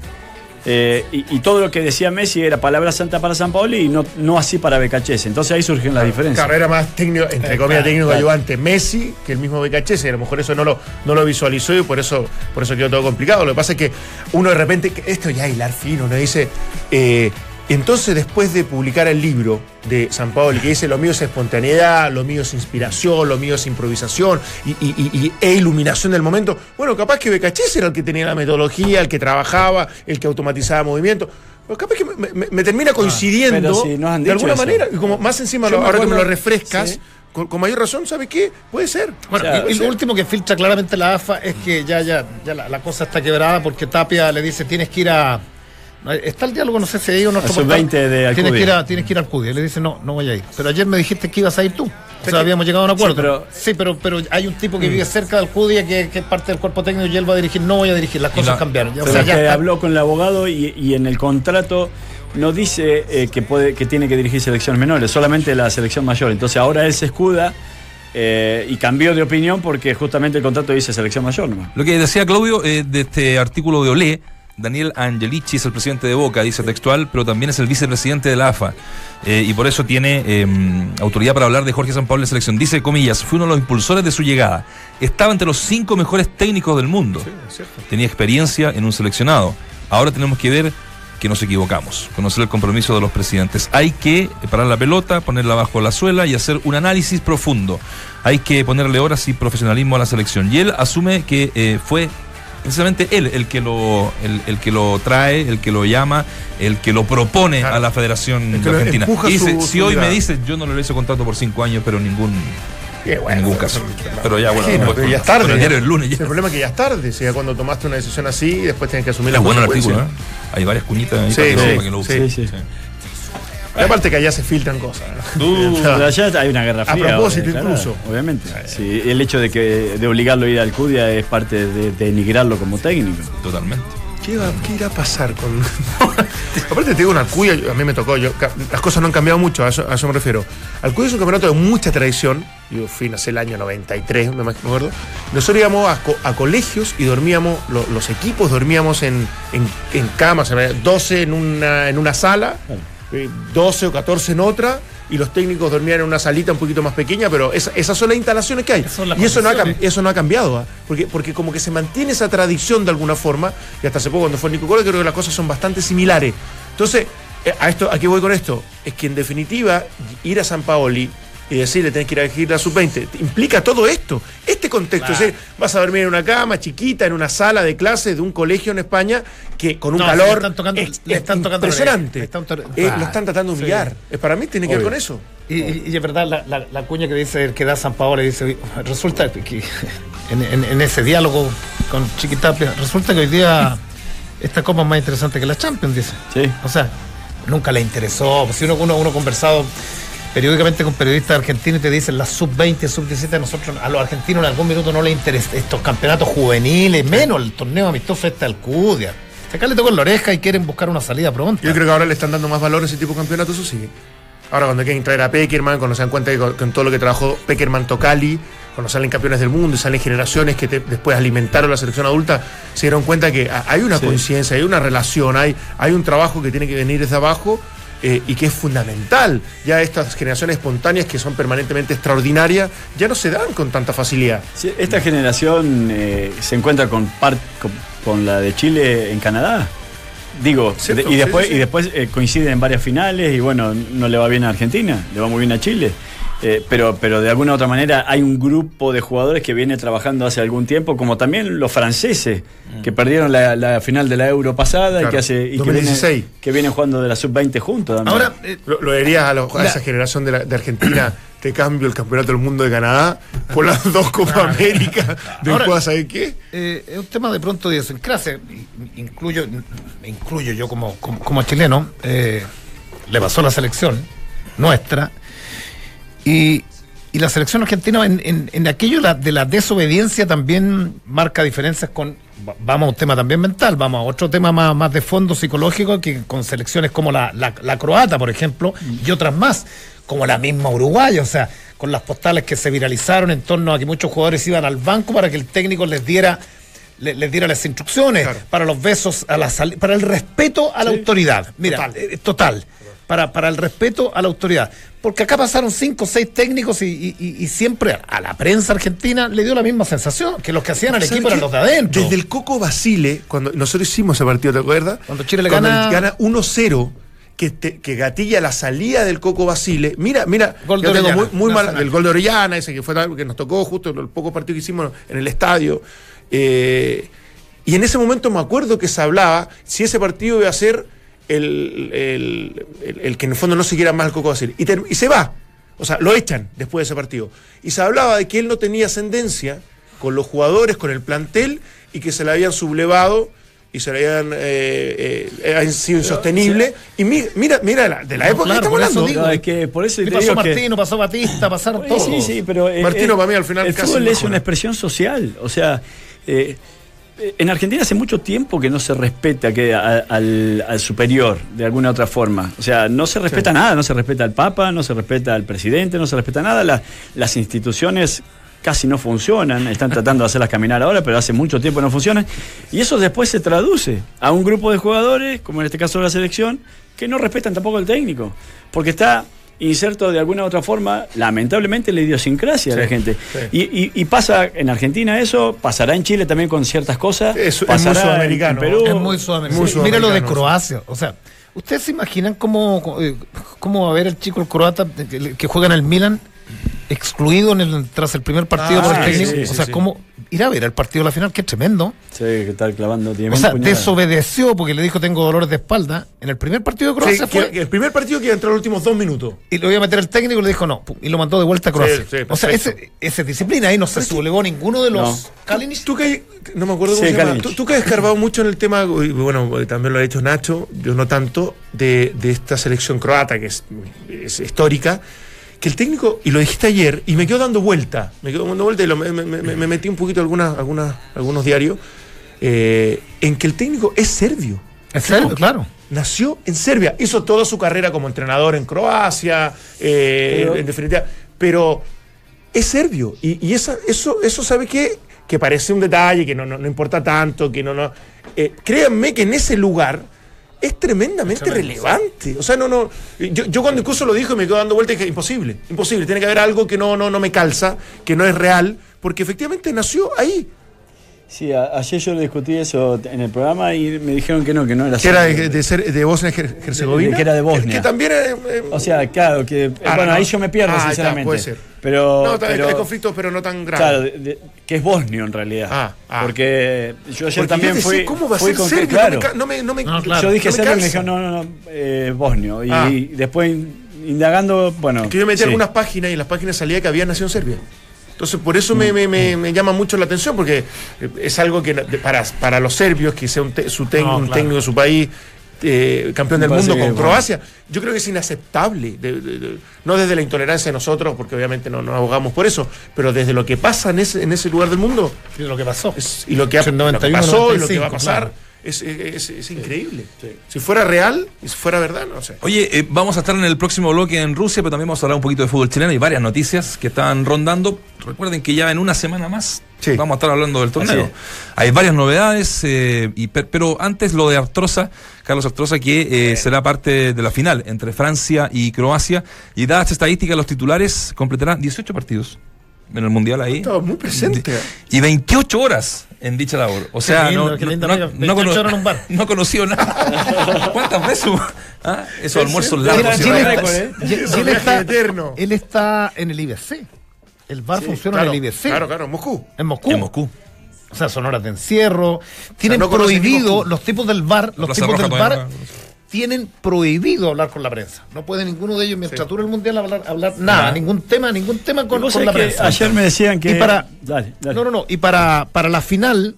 Eh, y, y todo lo que decía Messi era palabra santa para San Paoli y no, no así para Becachese. Entonces ahí surgen las diferencias. Carrera más técnico, entre Eh, comillas, claro, técnico claro. ayudante Messi que el mismo Becachese, y a lo mejor eso no lo, no lo visualizó y por eso, por eso quedó todo complicado. Lo que pasa es que uno de repente, que esto ya es hilar fino, uno dice, eh, entonces después de publicar el libro de San Paoli, que dice lo mío es espontaneidad, lo mío es inspiración, lo mío es improvisación y, y- y- y- e iluminación del momento, bueno, capaz que Becachese era el que tenía la metodología, el que trabajaba, el que automatizaba movimientos. Pero capaz que me, me- me termina coincidiendo pero si nos han de dicho alguna eso. manera, y como más encima, Yo lo- me ahora que me lo acuerdo- refrescas, sí. con, con mayor razón, ¿sabe qué? Puede ser. Bueno, O sea, y, y puede lo ser. último que filtra claramente la A F A es que ya, ya, ya la, la cosa está quebrada porque Tapia le dice tienes que ir a. no, Está el diálogo, no sé si ahí o no. A sub veinte de Alcudia. Tienes que ir a, tienes que ir al Alcudia. Y le dice, no, no voy a ir. Pero ayer me dijiste que ibas a ir tú. O sea, habíamos llegado a un acuerdo. Sí, pero- Sí, pero, pero hay un tipo que vive cerca de Alcudia que, que es parte del cuerpo técnico y él va a dirigir. No voy a dirigir, las Y cosas la- cambiaron. Ya, o Pero sea, es ya que está. habló con el abogado y, y en el contrato no dice eh, que puede que tiene que dirigir selecciones menores, solamente la selección mayor. Entonces ahora él se escuda eh, y cambió de opinión porque justamente el contrato dice selección mayor nomás. Lo que decía Claudio eh, de este artículo de Olé, Daniel Angelici es el presidente de Boca, dice textual, pero también es el vicepresidente de la A F A. Eh, y por eso tiene eh, autoridad para hablar de Jorge Sampaoli en la selección. Dice, comillas, fue uno de los impulsores de su llegada. Estaba entre los cinco mejores técnicos del mundo. Tenía experiencia en un seleccionado. Ahora tenemos que ver que nos equivocamos, conocer el compromiso de los presidentes. Hay que parar la pelota, ponerla bajo la suela y hacer un análisis profundo. Hay que ponerle horas y profesionalismo a la selección. Y él asume que eh, fue precisamente él el que lo el, el que lo trae, el que lo llama, el que lo propone Claro. a la Federación El que lo Argentina. empuja Y dice, su- si su hoy me mirada. dice, yo no le hice contrato por cinco años, pero en ningún, Qué bueno, en ningún pero- caso. Pero ya, bueno, Sí, no, pues, pero ya es con tarde. el diario el lunes El ya. problema es que ya es tarde, si ya cuando tomaste una decisión así, después tienes que asumir la Es bueno el consecuencia. artículo, ¿eh? Hay varias cuñitas ahí Sí, para, que lo- sí, para que lo use. sí, Y aparte que allá se filtran cosas. ¿no? Uh, Pero allá hay una guerra A fría. propósito, eh, claro, incluso. Obviamente. Sí, el hecho de que de obligarlo a ir al Alcudia es parte de, de denigrarlo como técnico. Totalmente. ¿Qué, va, ¿Qué irá a pasar con...? Aparte te digo una Alcuya, a mí me tocó, yo, las cosas no han cambiado mucho, a eso, a eso me refiero. Alcuya es un campeonato de mucha tradición, yo fui, no sé, el año noventa y tres, me acuerdo. Nosotros íbamos a, a colegios y dormíamos, lo, los equipos dormíamos en, en, en camas, doce en una, en una sala, doce o catorce en otra, y los técnicos dormían en una salita un poquito más pequeña, pero esa, esas son las instalaciones que hay. Y eso no, ha, eso no ha cambiado, ¿eh? porque, porque como que se mantiene esa tradición de alguna forma, y hasta hace poco cuando fue Nico Córdoba, creo que las cosas son bastante similares. Entonces, a esto, ¿a qué voy con esto? Es que en definitiva, ir a San Paoli y decirle tenés que ir a elegir la sub veinte, implica todo esto, este contexto. Claro. Es decir, vas a dormir en una cama chiquita, en una sala de clase de un colegio en España, que con un no, calor están tocando, es, le están tocando impresionante. Le están to- eh, lo están tratando de humillar. Sí. Para mí tiene que Obvio. ver con eso. Y, y, y es verdad, la, la, la cuña que dice que da San Paolo, dice, resulta que en, en, en ese diálogo con Chiquitapia, resulta que hoy día esta copa es más interesante que la Champions, dice. Sí. O sea, nunca le interesó. Si uno, uno, uno ha conversado periódicamente con periodistas argentinos y te dicen las sub veinte, sub diecisiete, a nosotros, a los argentinos en algún minuto no les interesa estos campeonatos juveniles, menos el torneo amistoso este Alcudia. Acá le tocan la oreja y quieren buscar una salida pronta. Yo creo que ahora le están dando más valor a ese tipo de campeonatos, eso sí. Ahora cuando quieren traer a Peckerman, cuando se dan cuenta que con, con todo lo que trabajó Peckerman Tocali, cuando salen campeones del mundo y salen generaciones que te, después alimentaron la selección adulta, se dieron cuenta que hay una sí. conciencia, hay una relación, hay, hay un trabajo que tiene que venir desde abajo. Eh, y que es fundamental. Ya estas generaciones espontáneas que son permanentemente extraordinarias ya no se dan con tanta facilidad. Sí, esta generación eh, se encuentra con, par, con, con la de Chile en Canadá. Digo, ¿Cierto? y después, sí, sí. Y después eh, coinciden en varias finales y bueno, no le va bien a Argentina, le va muy bien a Chile. Eh, pero, pero de alguna u otra manera hay un grupo de jugadores que viene trabajando hace algún tiempo, como también los franceses, mm. que perdieron la, la final de la Euro pasada, claro. y, que, hace, y que, vienen, que vienen jugando de la sub veinte juntos. También. Ahora, eh, lo, lo dirías a, lo, a esa generación de, la, de Argentina, te cambio el campeonato del mundo de Canadá por las dos Copas América, después, ¿sabes qué? Eh, es un tema de pronto de idiosincrasia, incluyo, me incluyo yo como, como, como chileno, eh, le pasó la selección nuestra. Y, y la selección argentina en, en, en aquello la, de la desobediencia también marca diferencias con, vamos a un tema también mental, vamos a otro tema más, más de fondo psicológico, que con selecciones como la, la, la croata, por ejemplo, y otras más, como la misma uruguaya, o sea, con las postales que se viralizaron en torno a que muchos jugadores iban al banco para que el técnico les diera les, les diera las instrucciones, claro. para los besos a la sal, para el respeto a la sí. autoridad. Mira, total. Eh, total. Para, para el respeto a la autoridad. Porque acá pasaron cinco o seis técnicos y, y, y siempre a la prensa argentina le dio la misma sensación, que los que hacían al equipo eran los de adentro. Desde el Coco Basile, cuando nosotros hicimos ese partido, ¿te acuerdas? Cuando Chile le cuando gana... gana uno cero, que, te, que gatilla la salida del Coco Basile. Mira, mira, gol de Orellana, muy, muy mal, del gol de Orellana, ese que fue que nos tocó justo en el poco partido que hicimos en el estadio. Eh, y en ese momento me acuerdo que se hablaba si ese partido iba a ser El, el, el, el que en el fondo no se quiera más el Coco Basile. Y, ter, y se va. O sea, lo echan después de ese partido. Y se hablaba de que él no tenía ascendencia con los jugadores, con el plantel, y que se le habían sublevado y se le habían eh, eh, habían sido insostenible. Y mi, mira, mira la, de la no, época claro, que estamos hablando. Digo, no, es que por eso te pasó Martino, que... pasó Batista, pasaron todos. Sí, sí, pero eh, Martino eh, para mí al final el casi fútbol es una expresión social. O sea, eh, en Argentina hace mucho tiempo que no se respeta que a, al, al superior de alguna otra forma. O sea, no se respeta sí. nada, no se respeta al Papa, no se respeta al presidente, no se respeta nada. La, las instituciones casi no funcionan, están tratando de hacerlas caminar ahora, pero hace mucho tiempo no funcionan. Y eso después se traduce a un grupo de jugadores, como en este caso la selección, que no respetan tampoco al técnico. Porque está inserto de alguna u otra forma, lamentablemente, la idiosincrasia sí, de la gente. Sí. Y, y, y pasa en Argentina eso, pasará en Chile también con ciertas cosas. Es, pasará es muy sudamericano. En Perú. Es muy sudamericano. Sí. Mira lo de Croacia. O sea, ¿ustedes se imaginan cómo, cómo va a ver el chico el croata que juega en el Milan excluido en el, tras el primer partido ah, por el técnico? Sí, sí, o sea, sí. ¿cómo ir a ver el partido de la final? ¡Qué tremendo! Sí, que tal clavando tiempo. O sea, desobedeció porque le dijo tengo dolores de espalda. En el primer partido de Croacia sí, fue... Que, el primer partido que iba a entrar los últimos dos minutos. Y lo iba a meter el técnico y le dijo no. Y lo mandó de vuelta a Croacia. Sí, sí, o sea, ese, esa disciplina ahí no se sublevó ninguno de los... No. Kalinic. Tú que no me acuerdo cómo sí, se llama. Tú, tú que has escarbado mucho en el tema, y bueno, también lo ha hecho Nacho, yo no tanto, de, de esta selección croata que es, es histórica. Que el técnico, y lo dijiste ayer, y me quedo dando vuelta, me quedo dando vuelta y lo, me, me, me, me metí un poquito a algunas, algunas, algunos diarios. eh, en que el técnico es serbio. Es serbio, claro. Nació en Serbia, hizo toda su carrera como entrenador en Croacia, eh, pero, en definitiva, pero es serbio. Y, y esa, eso, eso ¿sabe qué? Que parece un detalle, que no, no, no importa tanto, que no, no. Eh, créanme que en ese lugar es tremendamente es relevante. O sea, no, no. Yo, yo cuando incluso lo dijo y me quedo dando vueltas, dije, imposible, imposible. Tiene que haber algo que no, no, no me calza, que no es real, porque efectivamente nació ahí. Sí, a, ayer yo le discutí eso en el programa y me dijeron que no, que no era que era de, de, ser, de Bosnia y Herzegovina. De, de que era de Bosnia. Que también eh, eh, o sea, claro, que ah, bueno, no, ahí yo me pierdo, ah, sinceramente. Está, puede ser. Pero, no, pero, hay conflictos, pero no tan graves. Claro, de, de, que es bosnio en realidad. Ah, ah. Porque yo ayer Porque también yo decía, fui. ¿cómo va a fui ser con serbio? Que, claro, no me, no me, no, claro. Yo dije no me serbio y me calza. dijeron, no, no, no, eh, bosnio. Y, Ah. y después indagando, bueno. Es que yo metí sí. algunas páginas y en las páginas salía que había nacido en Serbia. Entonces, por eso me, me, me, me llama mucho la atención, porque es algo que para, para los serbios, que sea un, te, su tec, no, un claro. técnico de su país, eh, campeón Me del mundo parece con que, Croacia, yo creo que es inaceptable. De, de, de, no desde la intolerancia de nosotros, porque obviamente no nos abogamos por eso, pero desde lo que pasa en ese, en ese lugar del mundo. Sí, lo que pasó. Es, y lo que, ha, Es el noventa y uno, lo que pasó noventa y y lo que va a cinco, pasar. claro. Es, es, es increíble. Sí. Si fuera real y si fuera verdad, no sé. Oye, eh, vamos a estar en el próximo bloque en Rusia, pero también vamos a hablar un poquito de fútbol chileno y varias noticias que están rondando. Recuerden que ya en una semana más sí. vamos a estar hablando del torneo. Hay varias novedades, eh, y, pero antes lo de Artroza, Carlos Artroza, que eh, será parte de la final entre Francia y Croacia. Y dadas estadísticas, los titulares completarán dieciocho partidos en el Mundial ahí. Estaba muy presente. Y veintiocho horas en dicha labor. O sea, lindo, no, qué lindo, no, amigo. no, veintiocho cono- horas en un bar. no conoció nada. ¿Cuántas veces? ¿Ah? Esos almuerzos Él, largos. él y está, raros. él- él viaje está- eterno. él está en el I B C. El bar Sí, funciona claro, en el I B C. Claro, claro, en Moscú. En Moscú. En Moscú. O sea, son horas de encierro. Tienen no conoce ni prohibido, Moscú. los tipos del bar, La los Plaza tipos Roja del todavía bar no la- tienen prohibido hablar con la prensa. No puede ninguno de ellos, mientras Sí. dure el mundial, hablar, hablar nada, ningún tema, ningún tema con, Vos con la sabés que prensa. ayer me decían que. Y para- Dale, dale. No, no, no. Y para, para la final,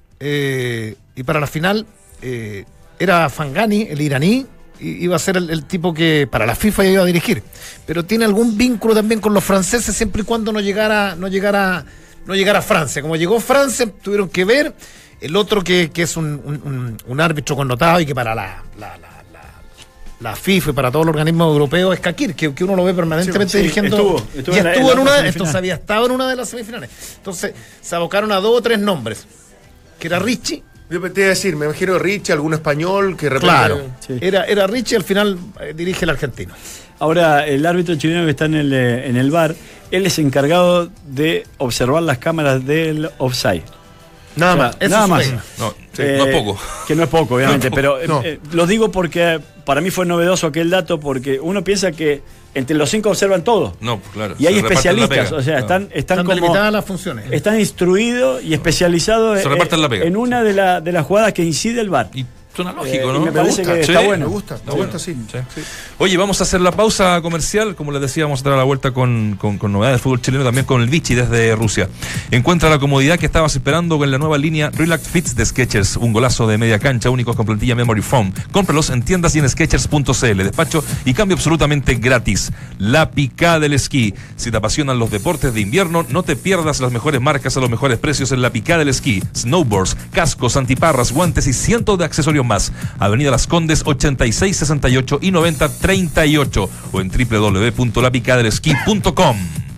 eh, y para la final, eh, era Fangani, el iraní, i- iba a ser el, el tipo que para la FIFA iba a dirigir. Pero tiene algún vínculo también con los franceses, siempre y cuando no llegara, no llegara, no llegara a Francia. Como llegó Francia, tuvieron que ver. El otro que, que es un, un, un- un árbitro connotado y que para la, la, la, la, la FIFA y para todos los organismos europeos es Kakir, que, que uno lo ve permanentemente Sí, sí, dirigiendo. estuvo, estuvo y en la- estuvo en en la una, semifinal. entonces había estado en una de las semifinales. Entonces se abocaron a dos o tres nombres, que era Richie. Yo te iba a decir, me imagino Richie, algún español que de repente. Claro, Sí. era, era Richie, al final eh, dirige el argentino. Ahora, el árbitro chileno que está en el, eh, en el bar, él es encargado de observar las cámaras del offside. Nada O sea, más. Eso nada es más. pena. No, sí, Eh, no es poco. Que no es poco, obviamente, No, pero eh, no. eh, lo digo porque para mí fue novedoso aquel dato, porque uno piensa que entre los cinco observan todo. No, claro. Y hay se reparten la especialistas, pega. o sea, Claro. están, están, Están como. delimitadas las funciones. Están instruidos y especializados Se eh, reparten la pega. en una de, la- de las jugadas que incide el bar. Y suena Eh, lógico, y ¿no? me parece gusta, que sí, está bueno. Me gusta, me gusta, sí. Sí. Oye, vamos a hacer la pausa comercial. Como les decía, vamos a dar la vuelta con, con, con novedades del fútbol chileno, también con el Vichy desde Rusia. Encuentra la comodidad que estabas esperando con la nueva línea Relax Fits de Skechers. Un golazo de media cancha, únicos con plantilla Memory Foam. Cómpralos en tiendas y en skechers punto c l. Despacho y cambio absolutamente gratis. La Picada del Esquí. Si te apasionan los deportes de invierno, no te pierdas las mejores marcas a los mejores precios en La Picada del Esquí. Snowboards, cascos, antiparras, guantes y cientos de accesorios más. Avenida Las Condes ochenta y seis sesenta y ocho y noventa treinta y ocho o en doble u doble u doble u punto la picada del esquí punto com.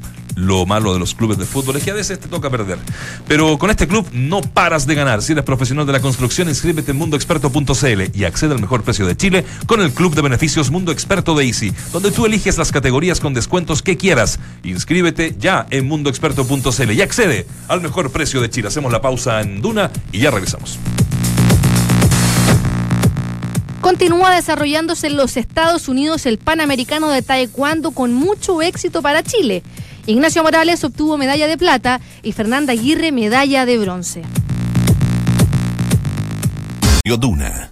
Lo malo de los clubes de fútbol es que a veces te toca perder. Pero con este club no paras de ganar. Si eres profesional de la construcción, inscríbete en mundo experto punto c l y accede al mejor precio de Chile con el club de beneficios Mundo Experto de Easy, donde tú eliges las categorías con descuentos que quieras. Inscríbete ya en mundo experto punto c l y accede al mejor precio de Chile. Hacemos la pausa en Duna y ya regresamos. Continúa desarrollándose en los Estados Unidos el Panamericano de Taekwondo con mucho éxito para Chile. Ignacio Morales obtuvo medalla de plata y Fernanda Aguirre medalla de bronce. Duna.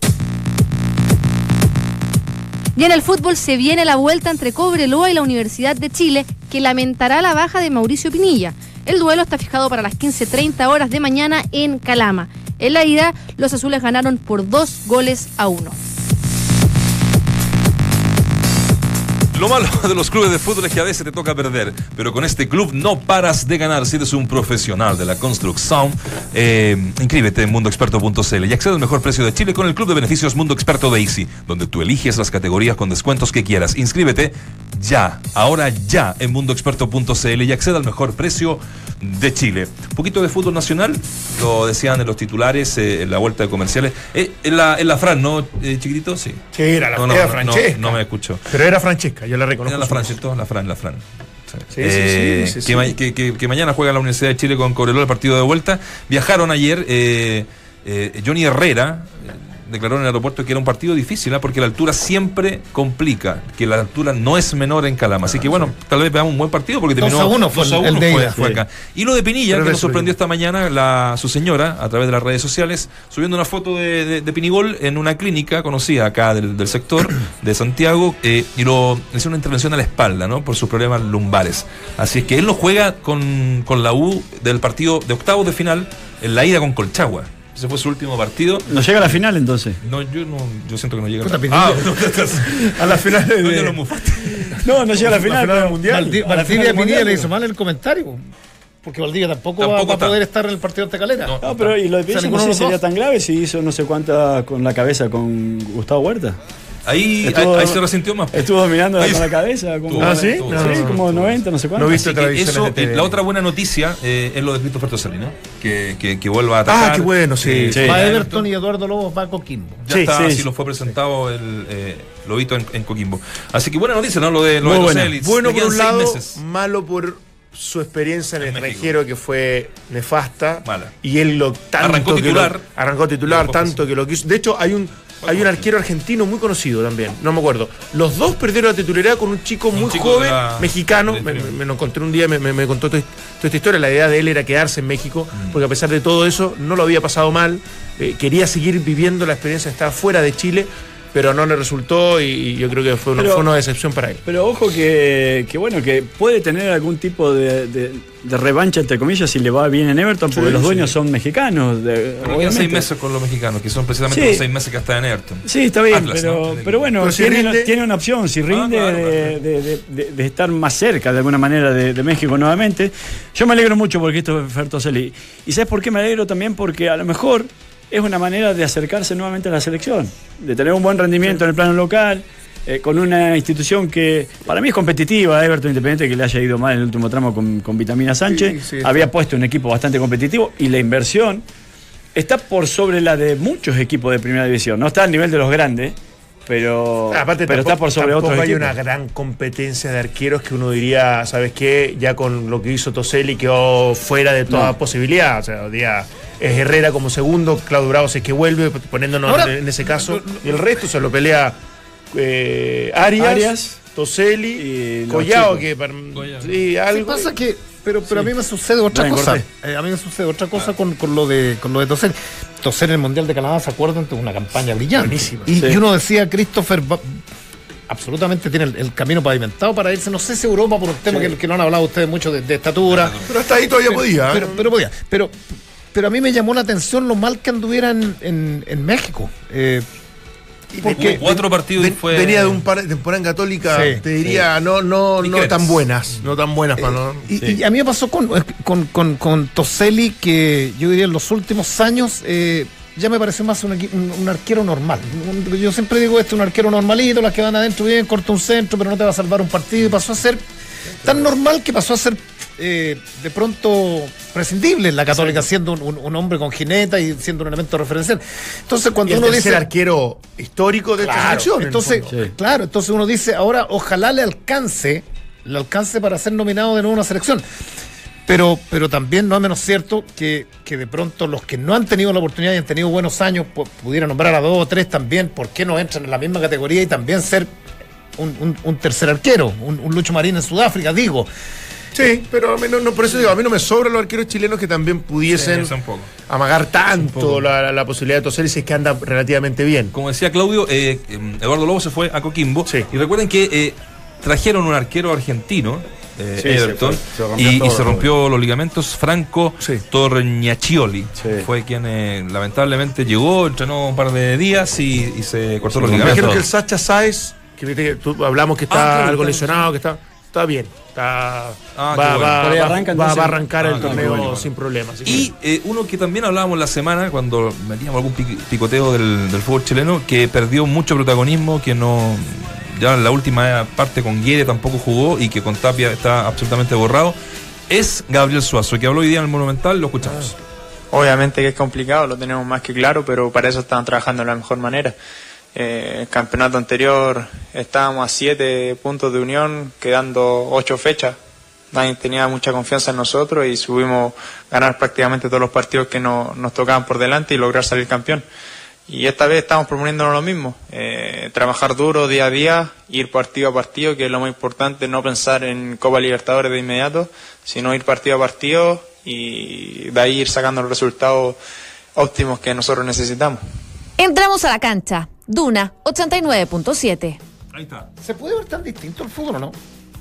Y en el fútbol se viene la vuelta entre Cobreloa y la Universidad de Chile, que lamentará la baja de Mauricio Pinilla. El duelo está fijado para las quince treinta horas de mañana en Calama. En la ida, los azules ganaron por dos goles a uno. Lo malo de los clubes de fútbol es que a veces te toca perder, pero con este club no paras de ganar. Si eres un profesional de la construcción, eh, inscríbete en mundo experto punto c l y accede al mejor precio de Chile con el club de beneficios Mundo Experto de Easy, donde tú eliges las categorías con descuentos que quieras. Inscríbete ya, ahora ya, en mundo experto punto c l y accede al mejor precio de Chile. Un poquito de fútbol nacional, lo decían en los titulares, eh, en la vuelta de comerciales. Eh, en, la, en la Fran, ¿no, eh, chiquitito? Sí. Sí, era la no, no, era no, Francesca. No, no me escucho. Pero era Francesca, yo la reconozco. Era la Fran, ¿cierto? La Fran, la Fran. Sí. Sí, Eh, sí, sí, sí, que, sí. ma- que, que, que mañana juega la Universidad de Chile con Cobreloa el partido de vuelta. Viajaron ayer, eh, eh, Johnny Herrera eh, declaró en el aeropuerto que era un partido difícil, ¿eh? Porque la altura siempre complica, que la altura no es menor en Calama. Así que bueno, tal vez veamos un buen partido porque terminó dos a uno fue dos a el- uno el de fue- ida. fue Sí. acá. Y lo de Pinilla, Pero que nos resolvió. sorprendió esta mañana la, su señora a través de las redes sociales, subiendo una foto de, de, de Pinigol en una clínica conocida acá del, del sector de Santiago, eh, y lo hizo una intervención a la espalda, ¿no? Por sus problemas lumbares. Así es que él no juega con, con la U del partido de octavos de final en la ida con Colchagua. Ese fue su último partido. ¿No llega a la final entonces? No, yo no, yo siento que no llega. Puta, Pinilla. Ah, A la final de. no, ya lo mufaste. No, no llega a la final. final del pero- Mundial. Valdi- A la final Valdivia del Pinilla Mundial, le hizo pero- mal el comentario. Porque Valdivia tampoco, Tampoco va, va a está. poder estar en el partido ante Calera. No. No, pero y lo de O sea, Pinilla ninguno no de sé los sería dos. tan grave si hizo no sé cuánta con la cabeza con Gustavo Huerta. Ahí, Estuvo- ahí, ahí se resintió más. Estuvo dominando Ahí con se- la cabeza. Como, Ah, ¿sí? Estuvo- No, sí, no, no, como no. noventa, no sé cuánto. No he visto Así que televisiones eso, de T V. eh, la otra buena noticia eh, es lo de Christopher Toselli, ¿no? Que, que, que vuelva a atacar. Ah, qué bueno, sí. Sí. Va ya Everton y Eduardo Lobos va a Coquimbo. Ya Sí, está, sí, así sí. lo fue presentado el eh, Lobito en, en Coquimbo. Así que buena noticia, ¿no? Lo de, lo Muy de buena. Toselli. Bueno Le por quedan un seis lado, meses. malo por su experiencia en el En México. extranjero, que fue nefasta. Mala. Y él lo tanto Arrancó que titular. lo- arrancó titular, Pero tanto que lo quiso. De hecho, hay un hay un arquero argentino muy conocido también, no me acuerdo. Los dos perdieron la titularidad con un chico muy chico joven, de la- mexicano. del Me, exterior. me- me lo encontré un día, me, me- me contó toda, toda esta historia. La idea de él era quedarse en México, Mm. porque a pesar de todo eso, no lo había pasado mal. Eh, quería seguir viviendo la experiencia de estar fuera de Chile, pero no le resultó y, y yo creo que fue una, Pero- fue una decepción para él. Pero ojo que, que bueno, que puede tener algún tipo de, de- de revancha, entre comillas, si le va bien en Everton, porque Sí, los sí. dueños son mexicanos. de- Pero quedan obviamente. seis meses con los mexicanos, que son precisamente Sí. los seis meses que está en Everton. Sí, está bien, Atlas, pero, ¿no? pero bueno, Pero si tiene, rinde- tiene una opción, si rinde claro, de, claro. de- de- de- de estar más cerca de alguna manera de, de México nuevamente. Yo me alegro mucho por Christopher Toselli. ¿Y sabes por qué me alegro también? Porque a lo mejor es una manera de acercarse nuevamente a la selección, de tener un buen rendimiento en el plano local, eh, con una institución que para mí es competitiva, Everton, independiente de que le haya ido mal en el último tramo con, con Vitamina Sánchez, Sí, sí, está. había puesto un equipo bastante competitivo y la inversión está por sobre la de muchos equipos de primera división. No está al nivel de los grandes, pero, Aparte, pero está tampoco- por sobre tampoco otros hay equipos. una gran competencia de arqueros que uno diría, ¿sabes qué? Ya con lo que hizo Toselli quedó fuera de toda No. posibilidad. O sea, día es Herrera como segundo, Claudio Bravo si es que vuelve, poniéndonos Ahora, en ese caso. Y el resto se lo pelea eh, Arias, Arias Toselli, y los Collao, chicos. que para- Collao. sí, ¿Qué algo. pasa que pero pero a mí me sucede otra Brian cosa. Cortés. Eh, a mí me sucede otra cosa con, con lo de con lo de Toselli. Toselli en el Mundial de Canadá, ¿se acuerdan? Tuvo una campaña brillante. Buenísima. Y, Sí. y uno decía, Christopher va- absolutamente tiene el, el camino pavimentado para irse, no sé si Europa por un tema que, que no han hablado ustedes mucho de, de estatura. Pero hasta ahí todavía podía. ¿eh? Pero, pero podía. Pero, pero a mí me llamó la atención lo mal que anduviera en, en, en México. Eh, porque Hubo cuatro partidos y Ven- fue. venía de un par de temporada en Católica, Sí, te diría, no, no, no Discretas. tan buenas, no tan buenas para no. Y, Sí. y a mí me pasó con, con, con, con Toselli, que yo diría en los últimos años eh, ya me pareció más un, equi- un- un arquero normal. Un- yo siempre digo, este es un arquero normalito, las que van adentro bien, corta un centro, pero no te va a salvar un partido. Y pasó a ser tan normal que pasó a ser eh, de pronto prescindible en la Católica, siendo un, un- un hombre con jineta y siendo un elemento referencial. Entonces Y cuando el uno tercer dice... arquero histórico de esta Claro, selección. en el entonces, fondo. Sí. claro, entonces uno dice, ahora ojalá le alcance, le alcance para ser nominado de nuevo a una selección. Pero, pero también no es menos cierto que, que de pronto los que no han tenido la oportunidad y han tenido buenos años, pu- pudieran nombrar a dos o tres también, ¿por qué no entran en la misma categoría y también ser un, un- un tercer arquero, un, un Lucho Marín en Sudáfrica, digo? Sí, pero a mí no, no, por eso digo, a mí no me sobran los arqueros chilenos que también pudiesen Sí, un poco. amagar tanto la, la- la posibilidad de Toselli si es que anda relativamente bien. Como decía Claudio, eh, eh, Eduardo Lobo se fue a Coquimbo. Sí. Y recuerden que eh, trajeron un arquero argentino, eh, Sí, Everton, se fue, se rompió y, todo, y se ¿no? rompió los ligamentos. Franco Sí. Torreñachioli Sí. fue quien eh, lamentablemente llegó, entrenó un par de días y, y se cortó los Me ligamentos. dijeron que el Sacha Sáez, que tú- hablamos que está Ah, claro, algo está- lesionado, que está, está bien. Está, Ah, va, qué bueno. va- Por ahí va- arranca, va- entonces. va a arrancar Ah, el qué torneo bueno. sin problemas. así Y que- eh, uno que también hablábamos la semana, cuando metíamos algún pic- picoteo del, del fútbol chileno, que perdió mucho protagonismo, que no ya en la última parte con Guede tampoco jugó y que con Tapia está absolutamente borrado, es Gabriel Suazo, que habló hoy día en el Monumental, lo escuchamos. Obviamente que es complicado, lo tenemos más que claro, pero para eso están trabajando de la mejor manera. Eh, el campeonato anterior estábamos a siete puntos de Unión, quedando ocho fechas. Nadie tenía mucha confianza en nosotros y subimos a ganar prácticamente todos los partidos que no, nos tocaban por delante y lograr salir campeón. Y esta vez estamos proponiéndonos lo mismo, eh, trabajar duro día a día, ir partido a partido, que es lo más importante, no pensar en Copa Libertadores de inmediato, sino ir partido a partido y de ahí ir sacando los resultados óptimos que nosotros necesitamos. Entramos a la cancha. Duna ochenta y nueve punto siete. Ahí está. ¿Se puede ver tan distinto el fútbol o no?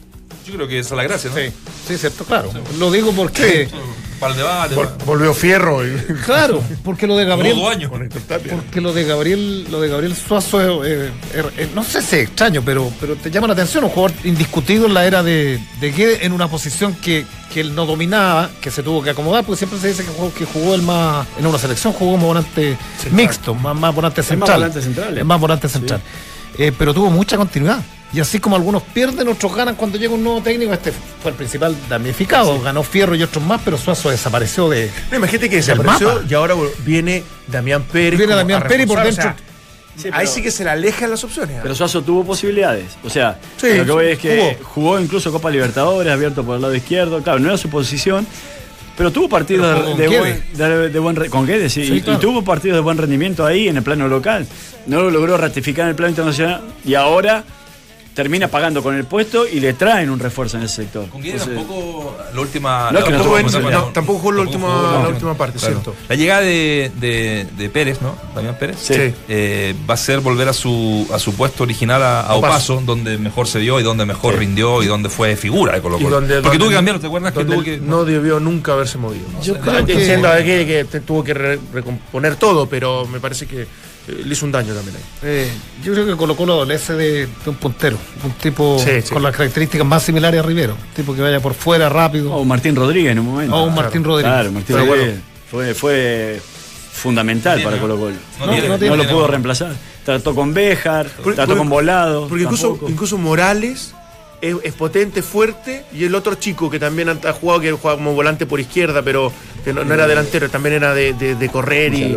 Yo creo que esa es la gracia, ¿no? Sí, sí, cierto, claro. Lo digo porque. Para el debate. Vol- volvió Fierro. Y, Claro, porque lo de Gabriel. Todo año. con Héctor Tapia. Porque lo de Gabriel, lo de Gabriel Suazo, eh, eh, eh, no sé si es extraño, pero, pero te llama la atención, un jugador indiscutido en la era de, de Guede, en una posición que, que él no dominaba, que se tuvo que acomodar, porque siempre se dice que jugó, que jugó el más, en una selección jugó como volante mixto, más, más volante más central. volante central, eh. Es más volante central. Eh, pero tuvo mucha continuidad. Y así como algunos pierden, otros ganan cuando llega un nuevo técnico. Este fue el principal damnificado. Ganó Fierro y otros más, pero Suazo desapareció de. No, imagínate que Del desapareció mapa. y ahora viene Damián Pérez. Viene como Damián a Pérez por reforzar, dentro. o sea, Sí, ahí pero- sí que se le alejan las opciones. ¿eh? Pero Suazo tuvo posibilidades. O sea, Sí, lo que voy es que jugó. jugó. incluso Copa Libertadores, abierto por el lado izquierdo. Claro, no era su posición. Pero tuvo partidos Pero jugó de, con buen, de, de buen re- con Guedes, sí, Sí, y, claro. y tuvo partidos de buen rendimiento ahí en el plano local. No lo logró ratificar en el plano internacional y ahora termina pagando con el puesto y le traen un refuerzo en ese sector. Con Guede Entonces, tampoco la última. No, la que no última tuvo- etapa, no, tampoco jugó la última- jugó la última parte, cierto. La llegada de, de, de Pérez, ¿no? Damián Pérez. Sí. Eh, va a ser volver a su a su puesto original a, a Opaso. Opaso, donde mejor se dio y donde mejor Sí. rindió y donde fue figura de Colo Y Colo. donde- Porque tuvo donde- que cambiar, ¿te acuerdas que donde tuvo que.? no debió nunca haberse movido. Yo Ah, creo que- Entiendo a ver que, que te- tuvo que re- recomponer todo, pero me parece que eh, le hizo un daño también ahí. Eh, yo creo que Colo Colo adolece de, de un puntero, un tipo Sí, sí. con las características más similares a Rivero, un tipo que vaya por fuera rápido, o Martín Rodríguez en un momento. o un Martín Rodríguez. Claro, Martín Pero Rodríguez bueno, fue, fue fundamental Tiene, para ¿no? Colo Colo. No No, tiene, no no lo tiene pudo gol. reemplazar. Trató con Béjar, Porque- trató porque- con Volado. Porque incluso, tampoco. incluso Morales es, es potente, fuerte, y el otro chico que también ha, ha jugado, que juega como volante por izquierda, pero que no, no era delantero, también era de, de- de correr y.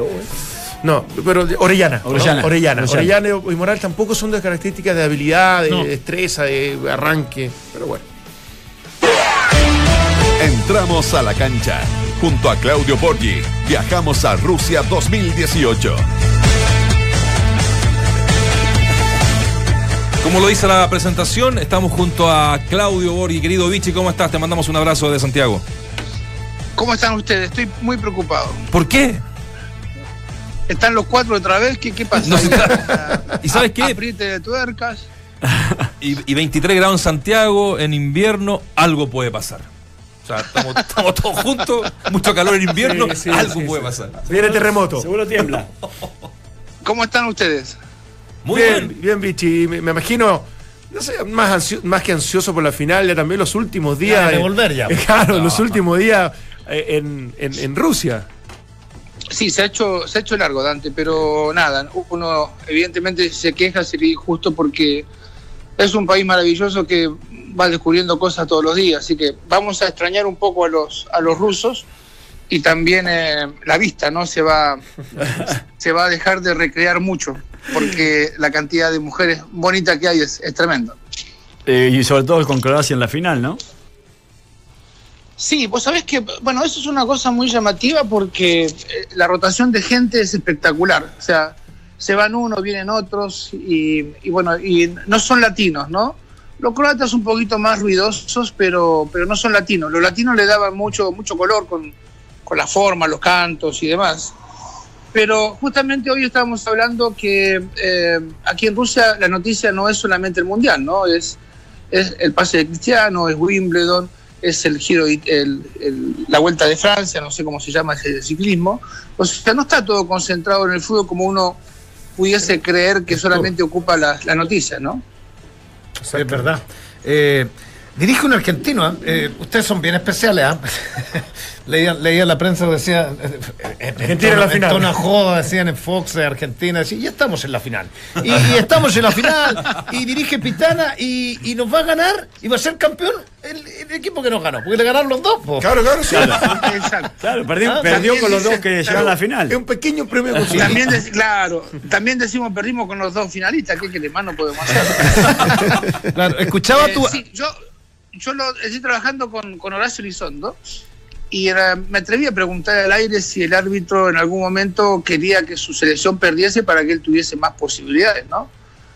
No, pero de- Orellana. ¿no? Orellana. Orellana. Orellana. Orellana y Morales tampoco son de características de habilidad, de No. destreza, de arranque. Pero bueno. Entramos a la cancha. Junto a Claudio Borghi, viajamos a Rusia dos mil dieciocho. Como lo dice la presentación, estamos junto a Claudio Borghi. Querido Vichy, ¿cómo estás? Te mandamos un abrazo de Santiago. ¿Cómo están ustedes? Estoy muy preocupado. ¿Por qué? ¿Están los cuatro otra vez? ¿Qué, qué pasa? No se está- ¿Y sabes qué? Apriete de tuercas. Y, y veintitrés grados en Santiago, en invierno, algo puede pasar. O sea, estamos, estamos todos juntos, mucho calor en invierno, Sí, sí, algo sí, puede sí. pasar. Viene terremoto. Seguro tiembla. ¿Cómo están ustedes? Muy bien, bien. bien, Vichy. Me, me imagino, no sé, más, ansio- más que ansioso por la final, ya también los últimos días. Ganas de eh, volver ya. eh, Claro, No. los últimos días eh, en, en, en Rusia. Sí, se ha hecho, se ha hecho largo, Dante, pero nada, uno evidentemente se queja, sería injusto porque es un país maravilloso que va descubriendo cosas todos los días, así que vamos a extrañar un poco a los, a los rusos y también eh, la vista, ¿no? Se va, se va a dejar de recrear mucho porque la cantidad de mujeres bonitas que hay es, es tremenda. Eh, y sobre todo con Croacia en la final, ¿no? Sí, vos sabés que, bueno, eso es una cosa muy llamativa porque eh, la rotación de gente es espectacular. O sea, se van unos, vienen otros y, y bueno, y no son latinos, ¿no? Los croatas un poquito más ruidosos, pero, pero no son latinos. Los latinos le daban mucho, mucho color con, con la forma, los cantos y demás. Pero justamente hoy estábamos hablando que eh, aquí en Rusia la noticia no es solamente el Mundial, ¿no? Es, es el pase de Cristiano, es Wimbledon, es el giro, el, el, la Vuelta de Francia, no sé cómo se llama ese ciclismo. O sea, no está todo concentrado en el fútbol como uno pudiese creer que solamente ocupa las la noticias, ¿no? es verdad. Eh, dirige un argentino, ¿eh? Eh, ustedes son bien especiales, ¿eh? leía, leía la prensa, decía eh, Argentina en la final. En una joda decían en Fox de Argentina, decían, ya estamos en la final. Y, y estamos en la final, y dirige Pitana, y, y nos va a ganar, y va a ser campeón el, el equipo que nos ganó, porque le ganaron los dos. Po. Claro, claro, sí. Claro, Exacto. claro perdió, Ah, perdió con los dice- dos que claro, llegaron a la final. Es un pequeño premio con También, dec- claro, también decimos perdimos con los dos finalistas, ¿qué, qué más no podemos hacer? Claro, escuchaba Eh, tu... sí, yo yo lo, estoy trabajando con, con Horacio Elizondo y era- me atreví a preguntar al aire si el árbitro en algún momento quería que su selección perdiese para que él tuviese más posibilidades, ¿no?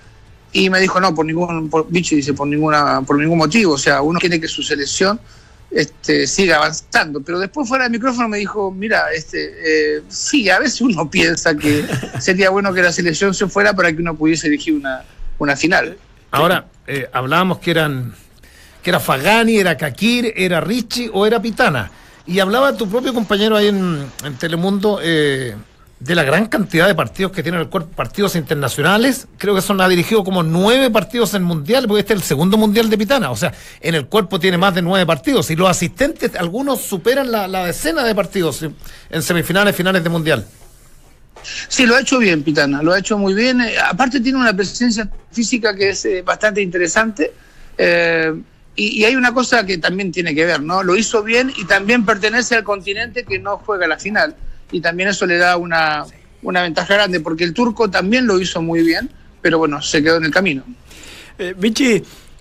Y me dijo, no, por ningún, por, Vichy dice, por ninguna, por ningún motivo, o sea, uno quiere que su selección este, siga avanzando. Pero después fuera del micrófono me dijo, mira, este, eh, sí, a veces uno piensa que sería bueno que la selección se fuera para que uno pudiese elegir una, una final. Ahora, eh, hablábamos que eran que era Fagani, era Kakir, era Richie o era Pitana. Y hablaba tu propio compañero ahí en, en Telemundo eh, de la gran cantidad de partidos que tiene el cuerpo, partidos internacionales. Creo que son, ha dirigido como nueve partidos en mundial, porque este es el segundo mundial de Pitana. O sea, en el cuerpo tiene más de nueve partidos. Y los asistentes, algunos superan la, la decena de partidos en, en semifinales, finales de mundial. Sí, lo ha hecho bien, Pitana, lo ha hecho muy bien. Eh, aparte tiene una presencia física que es eh, bastante interesante. Eh, y, y hay una cosa que también tiene que ver, ¿no? Lo hizo bien y también pertenece al continente que no juega la final. Y también eso le da una, una ventaja grande, porque el turco también lo hizo muy bien, pero bueno, se quedó en el camino. Eh, Vichy,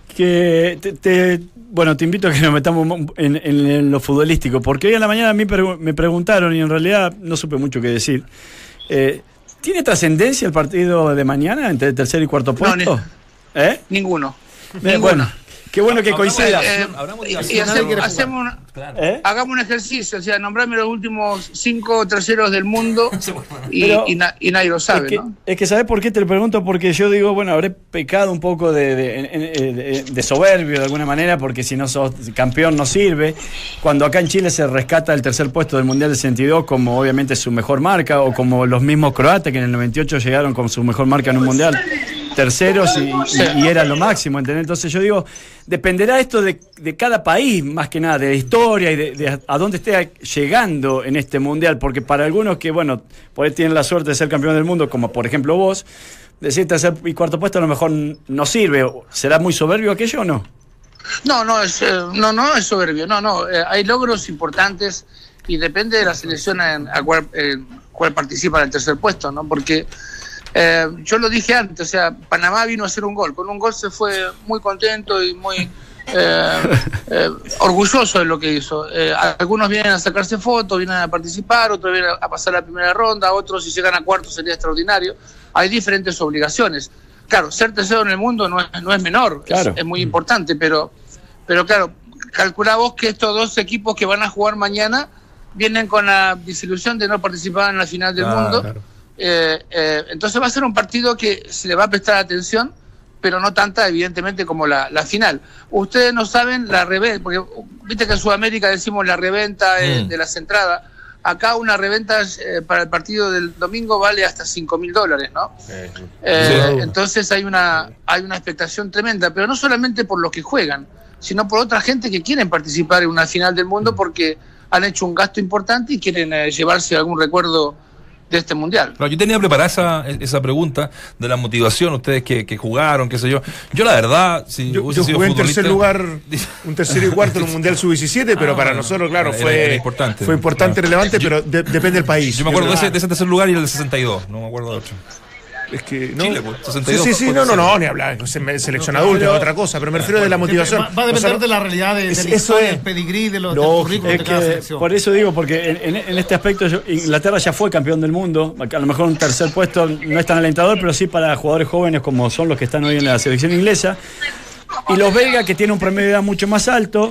que te, te- bueno, te invito a que nos metamos en, en- en lo futbolístico, porque hoy en la mañana a mí pregu- me preguntaron y en realidad no supe mucho qué decir. Eh, ¿Tiene trascendencia el partido de mañana entre tercer y cuarto puesto? ni- ¿Eh? Ninguno. Eh, bueno, qué bueno que coincida. Eh, Hablamos de y acción, hacemos, nadie hacemos una- ¿Eh? hagamos un ejercicio, o sea, nombrame los últimos cinco terceros del mundo y, Pero- y na- y nadie lo sabe, es que, ¿no? es que ¿sabes por qué te lo pregunto? Porque yo digo, bueno, habré pecado un poco de, de, de- de- de soberbio de alguna manera, porque si no sos campeón no sirve. Cuando acá en Chile se rescata el tercer puesto del Mundial del sesenta y dos como obviamente su mejor marca, o como los mismos croatas que en el noventa y ocho llegaron con su mejor marca en un Mundial, terceros y, y- y era lo máximo, ¿entendés? Entonces yo digo, dependerá esto de, de cada país, más que nada, de la historia y de, de a dónde esté llegando en este Mundial, porque para algunos que, bueno, por ahí tienen la suerte de ser campeón del mundo, como por ejemplo vos, decir tercer y cuarto puesto a lo mejor no sirve. ¿Será muy soberbio aquello o no? No, no es, eh, no, no es soberbio, no, no, eh, hay logros importantes y depende de la selección en, a cual, en cual participa en el tercer puesto, ¿no? Porque eh, yo lo dije antes, o sea, Panamá vino a hacer un gol, con un gol se fue muy contento y muy eh, eh, orgulloso de lo que hizo. Eh, algunos vienen a sacarse fotos, vienen a participar, otros vienen a pasar la primera ronda, otros si llegan a cuarto sería extraordinario. Hay diferentes obligaciones. Claro, ser tercero en el mundo no es, no es menor, Claro. es, es muy importante, pero, pero claro, calcula vos que estos dos equipos que van a jugar mañana vienen con la desilusión de no participar en la final del Claro, mundo. claro. Eh, eh, entonces va a ser un partido que se le va a prestar atención, pero no tanta, evidentemente, como la, la final. Ustedes no saben la reventa, porque viste que en Sudamérica decimos la reventa eh, Mm. de las entradas. Acá una reventa eh, para el partido del domingo vale hasta cinco mil dólares, ¿no? Eh, Sí. entonces hay una, hay una expectación tremenda, pero no solamente por los que juegan, sino por otra gente que quieren participar en una final del mundo porque han hecho un gasto importante y quieren eh, llevarse algún recuerdo de este mundial. Claro, yo tenía preparada esa, esa pregunta de la motivación, ustedes que, que jugaron, qué sé yo. Yo la verdad, si Yo, hubiese yo sido jugué en futbolista- tercer lugar, un tercero y cuarto en un Mundial sub diecisiete, pero Ah, para bueno. nosotros, claro, Era- fue era importante. fue importante, Claro. relevante, Yo- pero de- depende del país. Yo me acuerdo de ese, creo- de ese tercer lugar y el del sesenta y dos, no me acuerdo de otro. Es que no. Chile, pues, sesenta y Sí, dos, sí, sí, puede no, no, ser. no, ni hablar. Se me- Selección adulta es otra cosa, pero me refiero de la motivación. Va, va a depender Nosotros- de la realidad de, de Es- la eso historia, es. del pedigrí, de los Lógico. del currículum Es de cada que selección. por eso digo, porque en, en- en este aspecto yo- Inglaterra ya fue campeón del mundo, a lo mejor un tercer puesto no es tan alentador, pero sí para jugadores jóvenes como son los que están hoy en la selección inglesa. Y los belgas, que tienen un promedio de edad mucho más alto,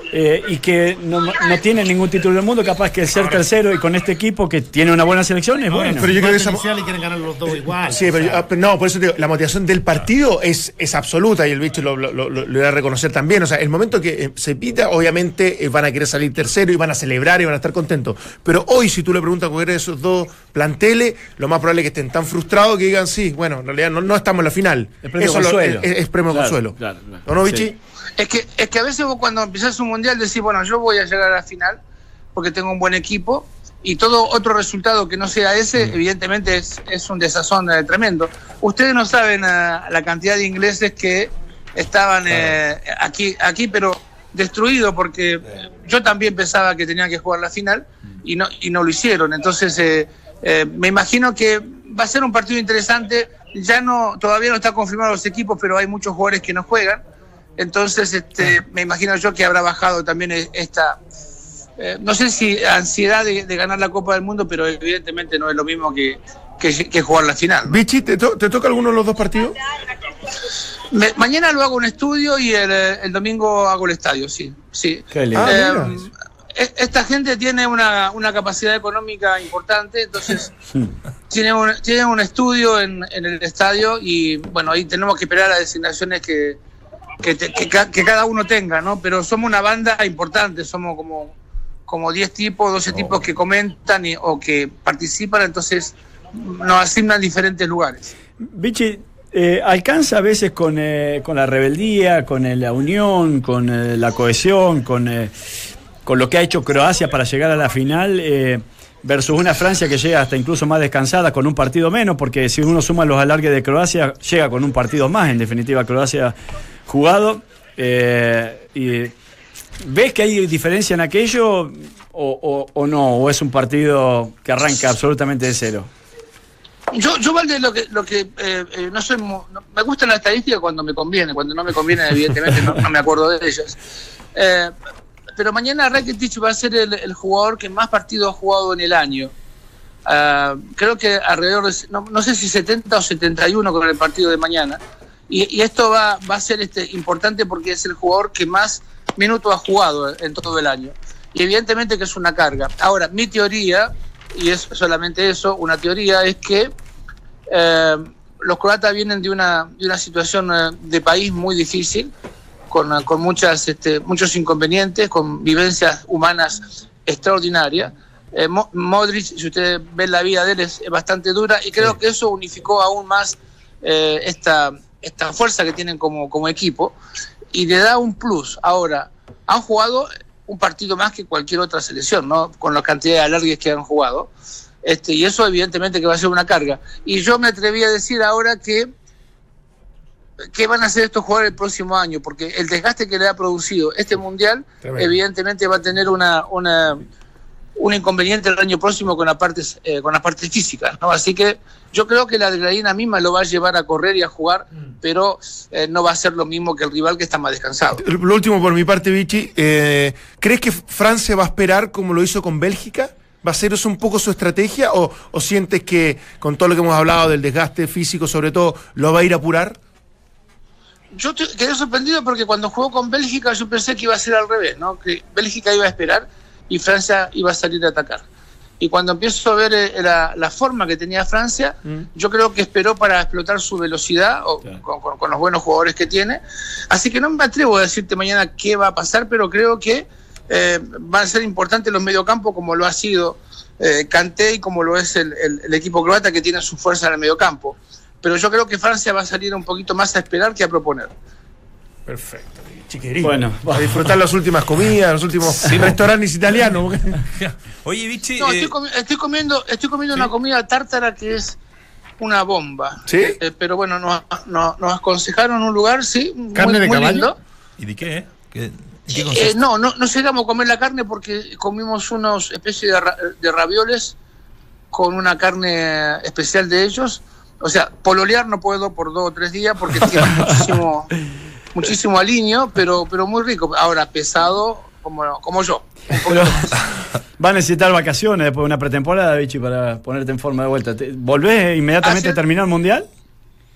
eh, y que no, no tiene ningún título del mundo, capaz que ser tercero y con este equipo que tiene una buena selección es bueno. Pero yo creo que esa... inicial y quieren ganar los dos igual. Sí, pero yo, no, por eso te digo, la motivación del partido es, es absoluta y el bicho lo, lo, lo, lo voy a reconocer también. O sea, el momento que se pita, obviamente eh, van a querer salir tercero y van a celebrar y van a estar contentos. Pero hoy, si tú le preguntas a cualquiera de esos dos planteles, lo más probable es que estén tan frustrados que digan, sí, bueno, en realidad no, no estamos en la final. Es premio eso consuelo. Lo, es, es premio claro, consuelo. Claro, claro. ¿O no, Vichy? Sí. Es que, es que a veces vos cuando empezás un mundial decís, bueno, yo voy a llegar a la final porque tengo un buen equipo y todo otro resultado que no sea ese, mm. evidentemente es, es un desazón eh, tremendo. Ustedes no saben uh, la cantidad de ingleses que estaban claro. eh, aquí, aquí, pero destruidos porque eh, yo también pensaba que tenían que jugar la final y no, y no lo hicieron. Entonces, eh, eh, me imagino que va a ser un partido interesante. Ya no, todavía no está confirmado los equipos, pero hay muchos jugadores que no juegan. Entonces, este, me imagino yo que habrá bajado también esta, eh, no sé si ansiedad de, de ganar la Copa del Mundo, pero evidentemente no es lo mismo que, que, que jugar la final, ¿no? Vichy, ¿te, to- ¿te toca alguno de los dos partidos? Me, mañana lo hago un estudio y el, el domingo hago el estadio, sí. sí. Qué lindo. Ah, eh, esta gente tiene una, una capacidad económica importante, entonces tiene un, tiene un estudio en, en el estadio y bueno, ahí tenemos que esperar las designaciones que Que, te, que, que cada uno tenga, ¿no? Pero somos una banda importante, somos como como diez tipos, doce oh. tipos que comentan y, o que participan, entonces nos asignan diferentes lugares. Vichy, eh, ¿alcanza a veces con, eh, con la rebeldía, con eh, la unión, con eh, la cohesión, con, eh, con lo que ha hecho Croacia para llegar a la final, eh, versus una Francia que llega hasta incluso más descansada con un partido menos? Porque si uno suma los alargues de Croacia, llega con un partido más, en definitiva Croacia jugado, eh, y ¿ves que hay diferencia en aquello o, o, o no? ¿O es un partido que arranca absolutamente de cero? Yo, yo Valde, lo que, lo que eh, eh, no soy, no, me gusta la estadística cuando me conviene, cuando no me conviene, evidentemente no, no me acuerdo de ellas. Eh, pero mañana Rakitic va a ser el, el jugador que más partidos ha jugado en el año. Uh, creo que alrededor de, no, no sé si setenta o setenta y uno con el partido de mañana. Y, y esto va, va a ser este, importante porque es el jugador que más minutos ha jugado en todo el año. Y evidentemente que es una carga. Ahora, mi teoría, y es solamente eso, una teoría, es que eh, los croatas vienen de una, de una situación de país muy difícil, con, con muchas, este, muchos inconvenientes, con vivencias humanas extraordinarias. Eh, Modric, si ustedes ven la vida de él, es, es bastante dura y creo sí. que eso unificó aún más eh, esta... esta fuerza que tienen como, como equipo y le da un plus. Ahora, han jugado un partido más que cualquier otra selección, ¿no? Con la cantidad de alargues que han jugado, este, y eso evidentemente que va a ser una carga. Y yo me atreví a decir ahora que qué van a hacer estos jugadores el próximo año, porque el desgaste que le ha producido este mundial, tremendo, evidentemente va a tener una, una un inconveniente el año próximo con la parte eh, con la parte física, ¿no? Así que yo creo que la adrenalina misma lo va a llevar a correr y a jugar, mm. pero eh, no va a ser lo mismo que el rival que está más descansado. Lo último por mi parte, Vichy, eh, ¿crees que Francia va a esperar como lo hizo con Bélgica? ¿Va a ser eso un poco su estrategia o, o sientes que con todo lo que hemos hablado del desgaste físico sobre todo, lo va a ir a apurar? Yo te, quedé sorprendido porque cuando jugó con Bélgica yo pensé que iba a ser al revés, ¿no? Que Bélgica iba a esperar y Francia iba a salir a atacar. Y cuando empiezo a ver eh, la, la forma que tenía Francia, mm. yo creo que esperó para explotar su velocidad o, claro. con, con, con los buenos jugadores que tiene. Así que no me atrevo a decirte mañana qué va a pasar, pero creo que eh, van a ser importantes los mediocampos como lo ha sido eh, Kanté y como lo es el, el, el equipo croata que tiene su fuerza en el mediocampo. Pero yo creo que Francia va a salir un poquito más a esperar que a proponer. Perfecto. Chiquerito. Bueno, a disfrutar las últimas comidas, los últimos sí, restaurantes italianos. Oye, Vichy. No, eh... estoy, comi- estoy comiendo, estoy comiendo ¿sí? una comida tártara que es una bomba. ¿Sí? Eh, pero bueno, nos, nos, nos aconsejaron un lugar, sí, ¿carne muy, de muy caballo? lindo. ¿Y de qué? ¿Qué, qué eh, no, no, no llegamos a comer la carne porque comimos unos especies de, ra- de ravioles con una carne especial de ellos. O sea, pololear no puedo por dos o tres días porque tiene muchísimo... muchísimo aliño, pero pero muy rico. Ahora, pesado como, como yo. Pero, va a necesitar vacaciones después de una pretemporada, Vichy, para ponerte en forma de vuelta. ¿Volvés inmediatamente a terminar el Mundial?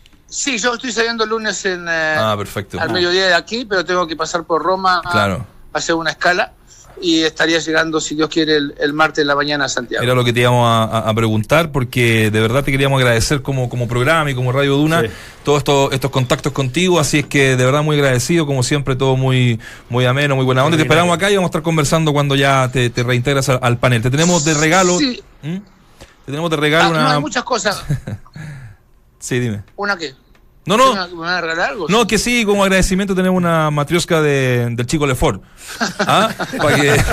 Sí, yo estoy saliendo el lunes en, eh, ah, perfecto. al mediodía de aquí, pero tengo que pasar por Roma claro. hacer una escala y estaría llegando, si Dios quiere, el, el martes en la mañana a Santiago. Era lo que te íbamos a, a, a preguntar, porque de verdad te queríamos agradecer como, como programa y como Radio Duna, sí, todos estos, estos contactos contigo, así es que de verdad muy agradecido, como siempre, todo muy, muy ameno, muy buena onda. Te esperamos acá y vamos a estar conversando cuando ya te, te reintegras al, al panel. Te tenemos de regalo... Sí. ¿Mm? Te tenemos de regalo ah, una... No, hay muchas cosas. Sí, dime. ¿Una qué? No, no. ¿Me van a regalar algo? No, que sí, como agradecimiento tenemos una matriosca de, del chico Lefort. ¿Ah? Para que...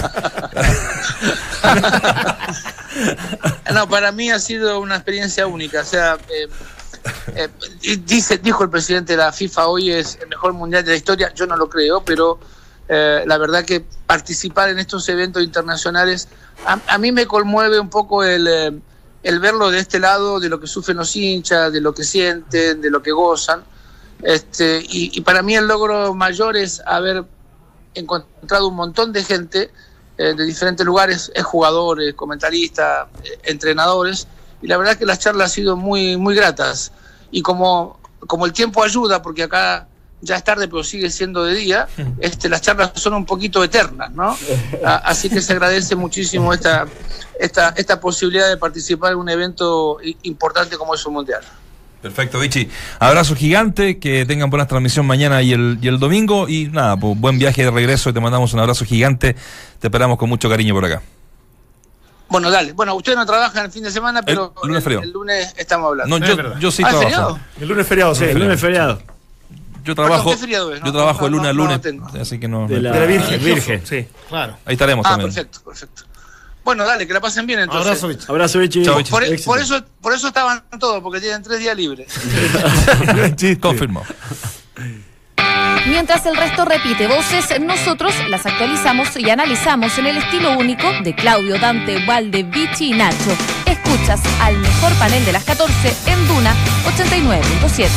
No, para mí ha sido una experiencia única. O sea, eh, eh, dice, dijo el presidente de la FIFA hoy es el mejor mundial de la historia. Yo no lo creo, pero eh, la verdad que participar en estos eventos internacionales a, a mí me conmueve un poco el... Eh, el verlo de este lado, de lo que sufren los hinchas, de lo que sienten, de lo que gozan. Este, y, y para mí el logro mayor es haber encontrado un montón de gente eh, de diferentes lugares, es jugadores, comentaristas, eh, entrenadores, y la verdad que las charlas han sido muy, muy gratas. Y como, como el tiempo ayuda, porque acá ya es tarde pero sigue siendo de día, este, las charlas son un poquito eternas, ¿no? A, así que se agradece muchísimo esta, esta, esta posibilidad de participar en un evento importante como es un mundial. Perfecto, Vichy. Abrazo gigante, que tengan buena transmisión mañana y el, y el domingo, y nada, pues buen viaje de regreso, te mandamos un abrazo gigante, te esperamos con mucho cariño por acá. Bueno, dale. Bueno, ustedes no trabajan el fin de semana, pero el lunes, el, el lunes estamos hablando. No, yo, yo sí ¿Ah, trabajo. ¿feriado? El lunes feriado, sí. El lunes feriado. Yo trabajo, ¿Qué feriado es? No, yo trabajo no, el lunes no, a lunes, no, no así que no. De la, de la Virgen, Virgen. Sí. Claro. Ahí estaremos ah, también. perfecto, perfecto. Bueno, dale, que la pasen bien entonces. Abrazo, Vichy. Abrazo, Vichy. Chao, Vichy. Por, por eso, por eso estaban todos, porque tienen tres días libres. Confirmó. Mientras el resto repite voces, nosotros las actualizamos y analizamos en el estilo único de Claudio, Dante, Walde, Vichy y Nacho. Escuchas al mejor panel de las catorce en Duna ochenta y nueve punto siete.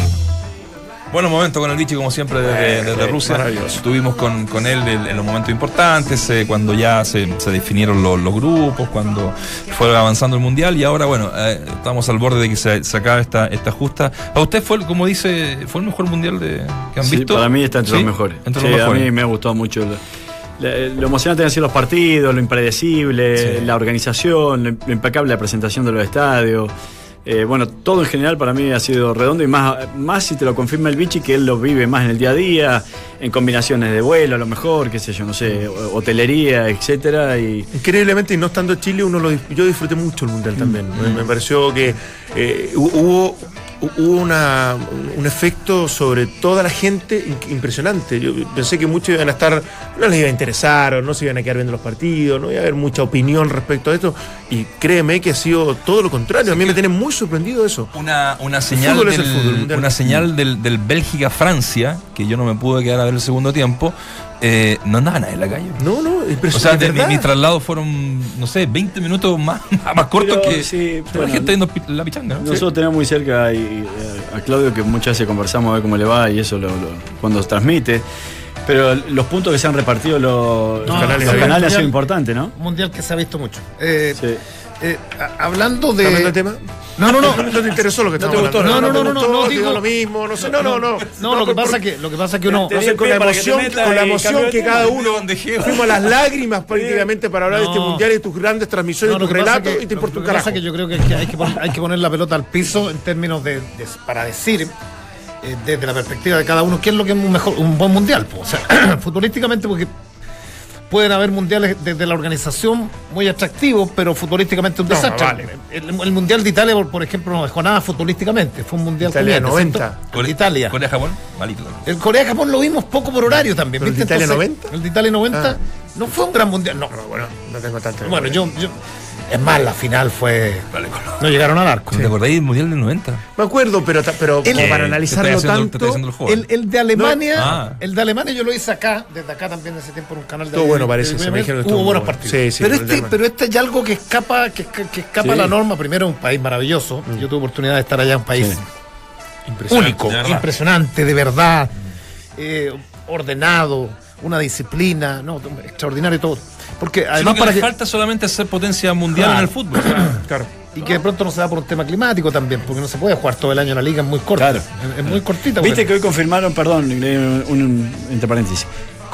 Bueno, momento con el Vichy, como siempre, desde, desde eh, Rusia. Maravilloso. Estuvimos con, con él en, en los momentos importantes, eh, cuando ya se, se definieron los, los grupos, cuando fue avanzando el Mundial, y ahora, bueno, eh, estamos al borde de que se, se acabe esta, esta justa. ¿Para usted fue, como dice, fue el mejor Mundial de, que han Sí, visto? para mí está entre ¿Sí? los mejores. Entre Sí, los mejores. A mí me ha gustado mucho. Lo, lo, lo emocionante han sido los partidos, lo impredecible, Sí. la organización, lo, lo impecable la presentación de los estadios. Eh, bueno, todo en general para mí ha sido redondo, y más, más si te lo confirma el Vichy, que él lo vive más en el día a día, en combinaciones de vuelo, a lo mejor, qué sé yo, no sé, hotelería, etcétera. Y Increíblemente, y no estando en Chile, uno lo, yo disfruté mucho el Mundial también. Me, me pareció que eh, hubo, hubo una, un efecto sobre toda la gente impresionante. Yo pensé que muchos iban a estar, no les iba a interesar, o no se iban a quedar viendo los partidos, no iba a haber mucha opinión respecto a esto, y créeme que ha sido todo lo contrario. A mí me tiene muy sorprendido eso. Una, una señal, fútbol es del, el fútbol, mundial. una señal del, del Bélgica-Francia, que yo no me pude quedar a ver el segundo tiempo, eh, no andaba nadie en la calle. No, no, O sea, de, mi, mis traslados fueron, no sé, veinte minutos más, más cortos Pero, que sí, la bueno, gente viendo la pichanga, ¿no? nosotros tenemos muy cerca y, y, a Claudio, que muchas veces conversamos a ver cómo le va, y eso lo, lo, cuando transmite. Pero los puntos que se han repartido los, No, los canales, no, los canales ha sido mundial- importante, ¿no? Un mundial que se ha visto mucho. Eh, Sí. eh, a- hablando de. ¿Cambiando de tema? No, no, no. No te interesó lo que No estamos te gustó, hablando. no, no, no, te no, no, gustó, te digo- dio lo mismo, no sé, no, no, no. No, lo que por- pasa que lo que pasa que uno. No sé, con la para que te emoción, metas con la y emoción cambio de que tema. cada uno fuimos a las lágrimas prácticamente para hablar de este No. mundial y tus grandes transmisiones, No, y lo tus que pasa relatos, que- y te lo importa un que pasa carajo. que yo creo que hay que, hay que poner, hay que poner la pelota al piso en términos de, de- para decir eh, desde la perspectiva de cada uno qué es lo que es un mejor un buen mundial, po. O sea, futbolísticamente, porque pueden haber mundiales desde la organización muy atractivos, pero futbolísticamente un No, desastre. vale. el, el mundial de Italia, por, por ejemplo, no dejó nada futbolísticamente, fue un mundial Italia caliente, noventa. ¿cierto? El de Italia. Corea-Japón, malito. El Corea-Japón lo vimos poco por horario también. ¿Pero el de ¿viste? Italia Entonces, noventa? El de Italia noventa Ah. no fue un gran mundial. No, No, bueno, no tengo tanta bueno, memoria. yo, yo. Es más, la final fue. No llegaron al arco. ¿Te acordáis del Mundial del noventa? Me acuerdo, pero, ta- pero El- como para Eh, analizarlo te estoy haciendo- te tanto. estoy haciendo el juego. El, el de Alemania, No. Ah. el de Alemania yo lo hice acá, desde acá también en ese tiempo en un canal de Estuvo bueno, de- parece, de- se me dijeron que hubo estuvo buenos bueno. partidos. Sí, sí, pero el de este, Alemania. pero este hay algo que escapa, que, que- que escapa Sí. a la norma. Primero, un país maravilloso. Yo tuve oportunidad de estar allá, un país Sí. Impresionante, único, de verdad. impresionante, de verdad, eh, ordenado, una disciplina, no, extraordinario todo. Porque Además, además que para le que falta solamente ser potencia mundial Claro. en el fútbol. Claro. y que de pronto no se da por un tema climático también, porque no se puede jugar todo el año en la liga, es muy corta, Claro. es, es muy cortita. Viste porque- que hoy confirmaron, perdón, un, un- entre paréntesis,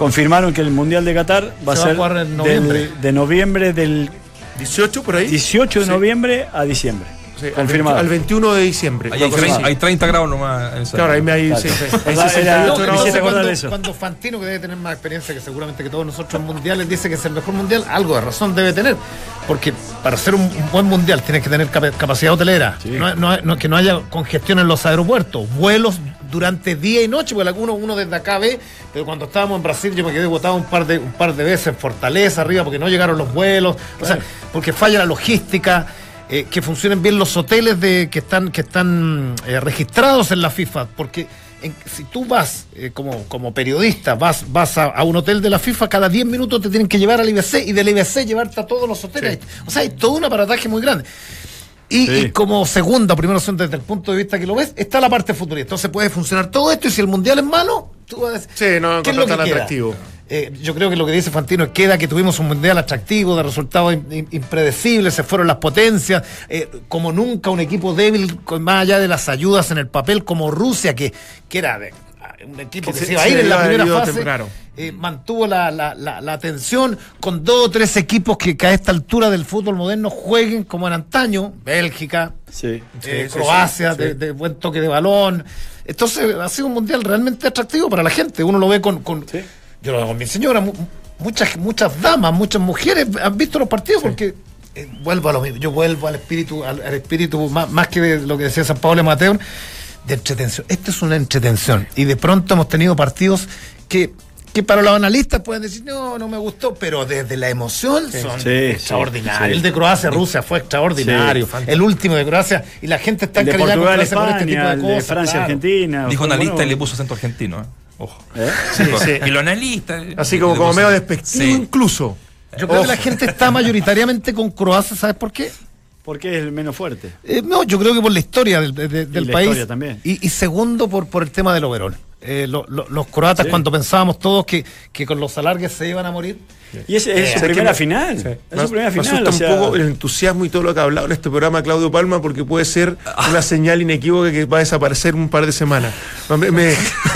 confirmaron que el Mundial de Qatar va Se a va a ser jugar en noviembre. del- de noviembre del dieciocho por ahí. dieciocho de Sí. noviembre a diciembre. Sí, al Confirmado. veinte- Al veintiuno de diciembre. Ahí hay, Una cosa treinta, así. hay treinta grados nomás en esa. Claro, ahí me hay, Claro. sí, sí. Hay O sea, sesenta y era- ocho no, grados. me hiciste acordar cuando, de eso. cuando Fantino, que debe tener más experiencia que seguramente que todos nosotros en mundiales, dice que es el mejor mundial, algo de razón debe tener. Porque para ser un, un buen mundial tienes que tener capa- capacidad hotelera. No, no- no- que no haya congestión en los aeropuertos. Vuelos durante día y noche, porque uno, uno desde acá ve, pero cuando estábamos en Brasil yo me quedé botado un par de, un par de veces en Fortaleza arriba porque no llegaron los vuelos. O sea, porque falla la logística. Eh, que funcionen bien los hoteles de que están que están eh, registrados en la FIFA, porque en- si tú vas eh, como, como periodista, vas vas a, a un hotel de la FIFA, cada diez minutos te tienen que llevar al I B C y del I B C llevarte a todos los hoteles. O sea, hay todo un aparataje muy grande. Y, Sí. y como segunda o primera opción desde el punto de vista que lo ves, está la parte futurista. Entonces puede funcionar todo esto y si el mundial es malo, tú vas a decir, Sí, no ¿qué es encontré lo tan que queda? atractivo. Eh, yo creo que lo que dice Fantino es que queda que tuvimos un mundial atractivo, de resultados in- in- impredecibles, se fueron las potencias, eh, como nunca un equipo débil, con, más allá de las ayudas en el papel, como Rusia, que, que era de- un equipo Que que, se- se iba a se ir en la iba a haber primera ido fase, temprano. eh, mantuvo la, la, la, la atención con dos o tres equipos que, que a esta altura del fútbol moderno jueguen como en antaño, Bélgica, Sí. eh, Sí, sí, Croacia, sí, de, sí. de buen toque de balón. Entonces ha sido un mundial realmente atractivo para la gente. Uno lo ve con, con Sí. yo lo veo con mi señora, mu- muchas muchas damas, muchas mujeres han visto los partidos porque eh, vuelvo a lo mismo. Yo vuelvo al espíritu, al, al espíritu más, más que de lo que decía San Pablo Mateo, de entretención. Esto es una entretención y de pronto hemos tenido partidos que que para los analistas pueden decir, no, no me gustó, pero desde la emoción son Sí, extraordinarios. sí, sí. El de Croacia-Rusia fue extraordinario. Sí, el último de Croacia, y la gente está El de encariñada con Portugal, Croacia por este tipo España, de el cosas. de Francia, claro. Argentina. Dijo Fue analista bueno. y le puso acento argentino. ¿eh? Ojo. ¿Eh? Sí, sí. Y lo analista. Así le como, como puso- medio despectivo Sí. incluso. Yo creo Ojo. que la gente está mayoritariamente con Croacia, ¿sabes por qué? Porque es el menos fuerte. Eh, no, yo creo que por la historia del, de- de- del la país. historia también. Y, y segundo, por, por el tema del overall. Eh, lo- lo- los croatas, Sí. cuando pensábamos todos que, que con los alargues se iban a morir. Y ese es Eh, su sé primera me- final. Sí. Es Me- su primera me final. asusta O sea, un poco el entusiasmo y todo lo que ha hablado en este programa Claudio Palma, porque puede ser una señal inequívoca que va a desaparecer un par de semanas. Me, me, me,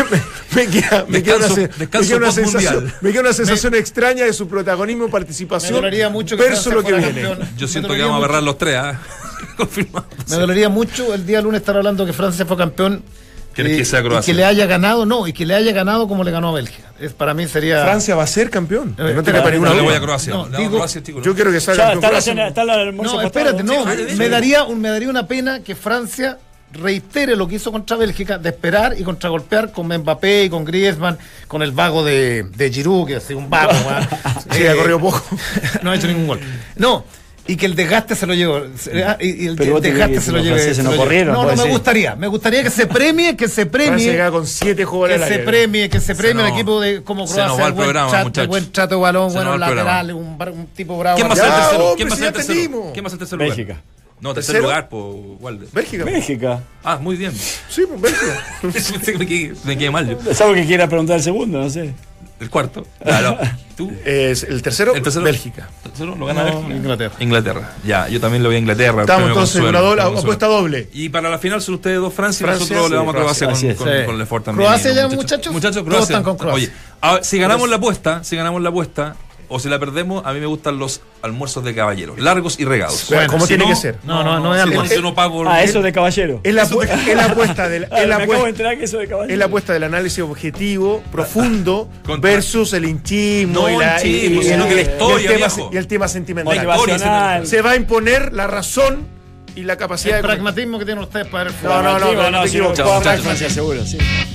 me queda, me queda una, Descanso- se- descanso me queda una postmundial. sensación, me queda una sensación extraña de su protagonismo, participación Me dolería mucho que versus Francia lo que fuera viene. campeón. Yo Me siento que dolería vamos a mucho. agarrar los tres, ¿ah? Confirmado. Me dolería mucho el día lunes estar hablando que Francia fue campeón. ¿Quieres eh, que sea y Croacia? que le haya ganado, no, y que le haya ganado como le ganó a Bélgica. Es, para mí sería. Francia va a ser campeón. Eh, no te espera, quepa ninguna No le voy duda. a Croacia. No, le vamos a digo- Croacia, chico, ¿no? Yo quiero que salga ya campeón está la, Croacia. cena- está el almuerzo No, apostado. espérate, no. Sí, sí, me, sí. daría, un- me daría una pena que Francia reitere lo que hizo contra Bélgica, de esperar y contragolpear con Mbappé y con Griezmann, con el vago de, de Giroud, que es un vago. ¿verdad? Sí, ha corrido poco. No ha hecho ningún gol. No. Y que el desgaste se lo llevó. Y, y el, Pero vos te desgaste crees que se lo los lleve. franceses se no lo lleve. corrieron, No, no puede me ser. gustaría. Me gustaría que se premie, que se Francia premie. llega con siete jugadores Que al se aire. premie, que se premie Se el nos- equipo de como se Croacia, nos va el el buen, programa, trato, muchachos. el buen trato de balón, Se nos buenos va el programa. laterales, un, bar- un tipo bravo. ¿Quién va a Ya, ser tercero? hombre, ¿Quién va a si ser ya tercero? entendimos. ¿Quién va a ser tercer lugar? Bélgica. No, tercer ¿Tercero? lugar, por Walder. Bélgica. México. Ah, muy bien. Sí, pues Bélgica. Pensé que me quedé, me quedé mal yo. Es algo que quiera preguntar el segundo, no sé. El cuarto. Claro. ¿Tú? Es el tercero, ¿El tercero? Bélgica. ¿El tercero lo gana No, Bélgica? Inglaterra. Inglaterra. Ya, yo también lo voy a Inglaterra. Estamos premio entonces consuelo, una doble, premio consuelo. apuesta doble. Y para la final son ustedes dos Francia, y Francia, nosotros sí, le vamos a Croacia. Croacia Así con, es. con, Sí. con el Lefort también. ¿Croacia ¿no, ya, muchachos? Muchachos, Todos Croacia. están con Croacia. Oye, a- si ganamos la apuesta, si ganamos la apuesta, o si la perdemos, a mí me gustan los almuerzos de caballeros, largos y regados. Bueno, como Si tiene no, que ser. No, no, no es si almuerzo. yo no pago. Ah, eso de caballero. Es la, apu- es la apuesta del, Ah, es la me acabo de apuesta, enterar que eso de caballero. es la apuesta del análisis objetivo, profundo, Contra- versus el hinchismo No y, la, y- hinchismo, y- sino y- que la y el historia, tema, viejo. y el tema sentimental. Motivacional. Se va a imponer la razón y la capacidad El de... pragmatismo que tienen ustedes para el No, no, no, No, no, no, te si no, equivocas. puedo ganar muchachos. Francia seguro, sí.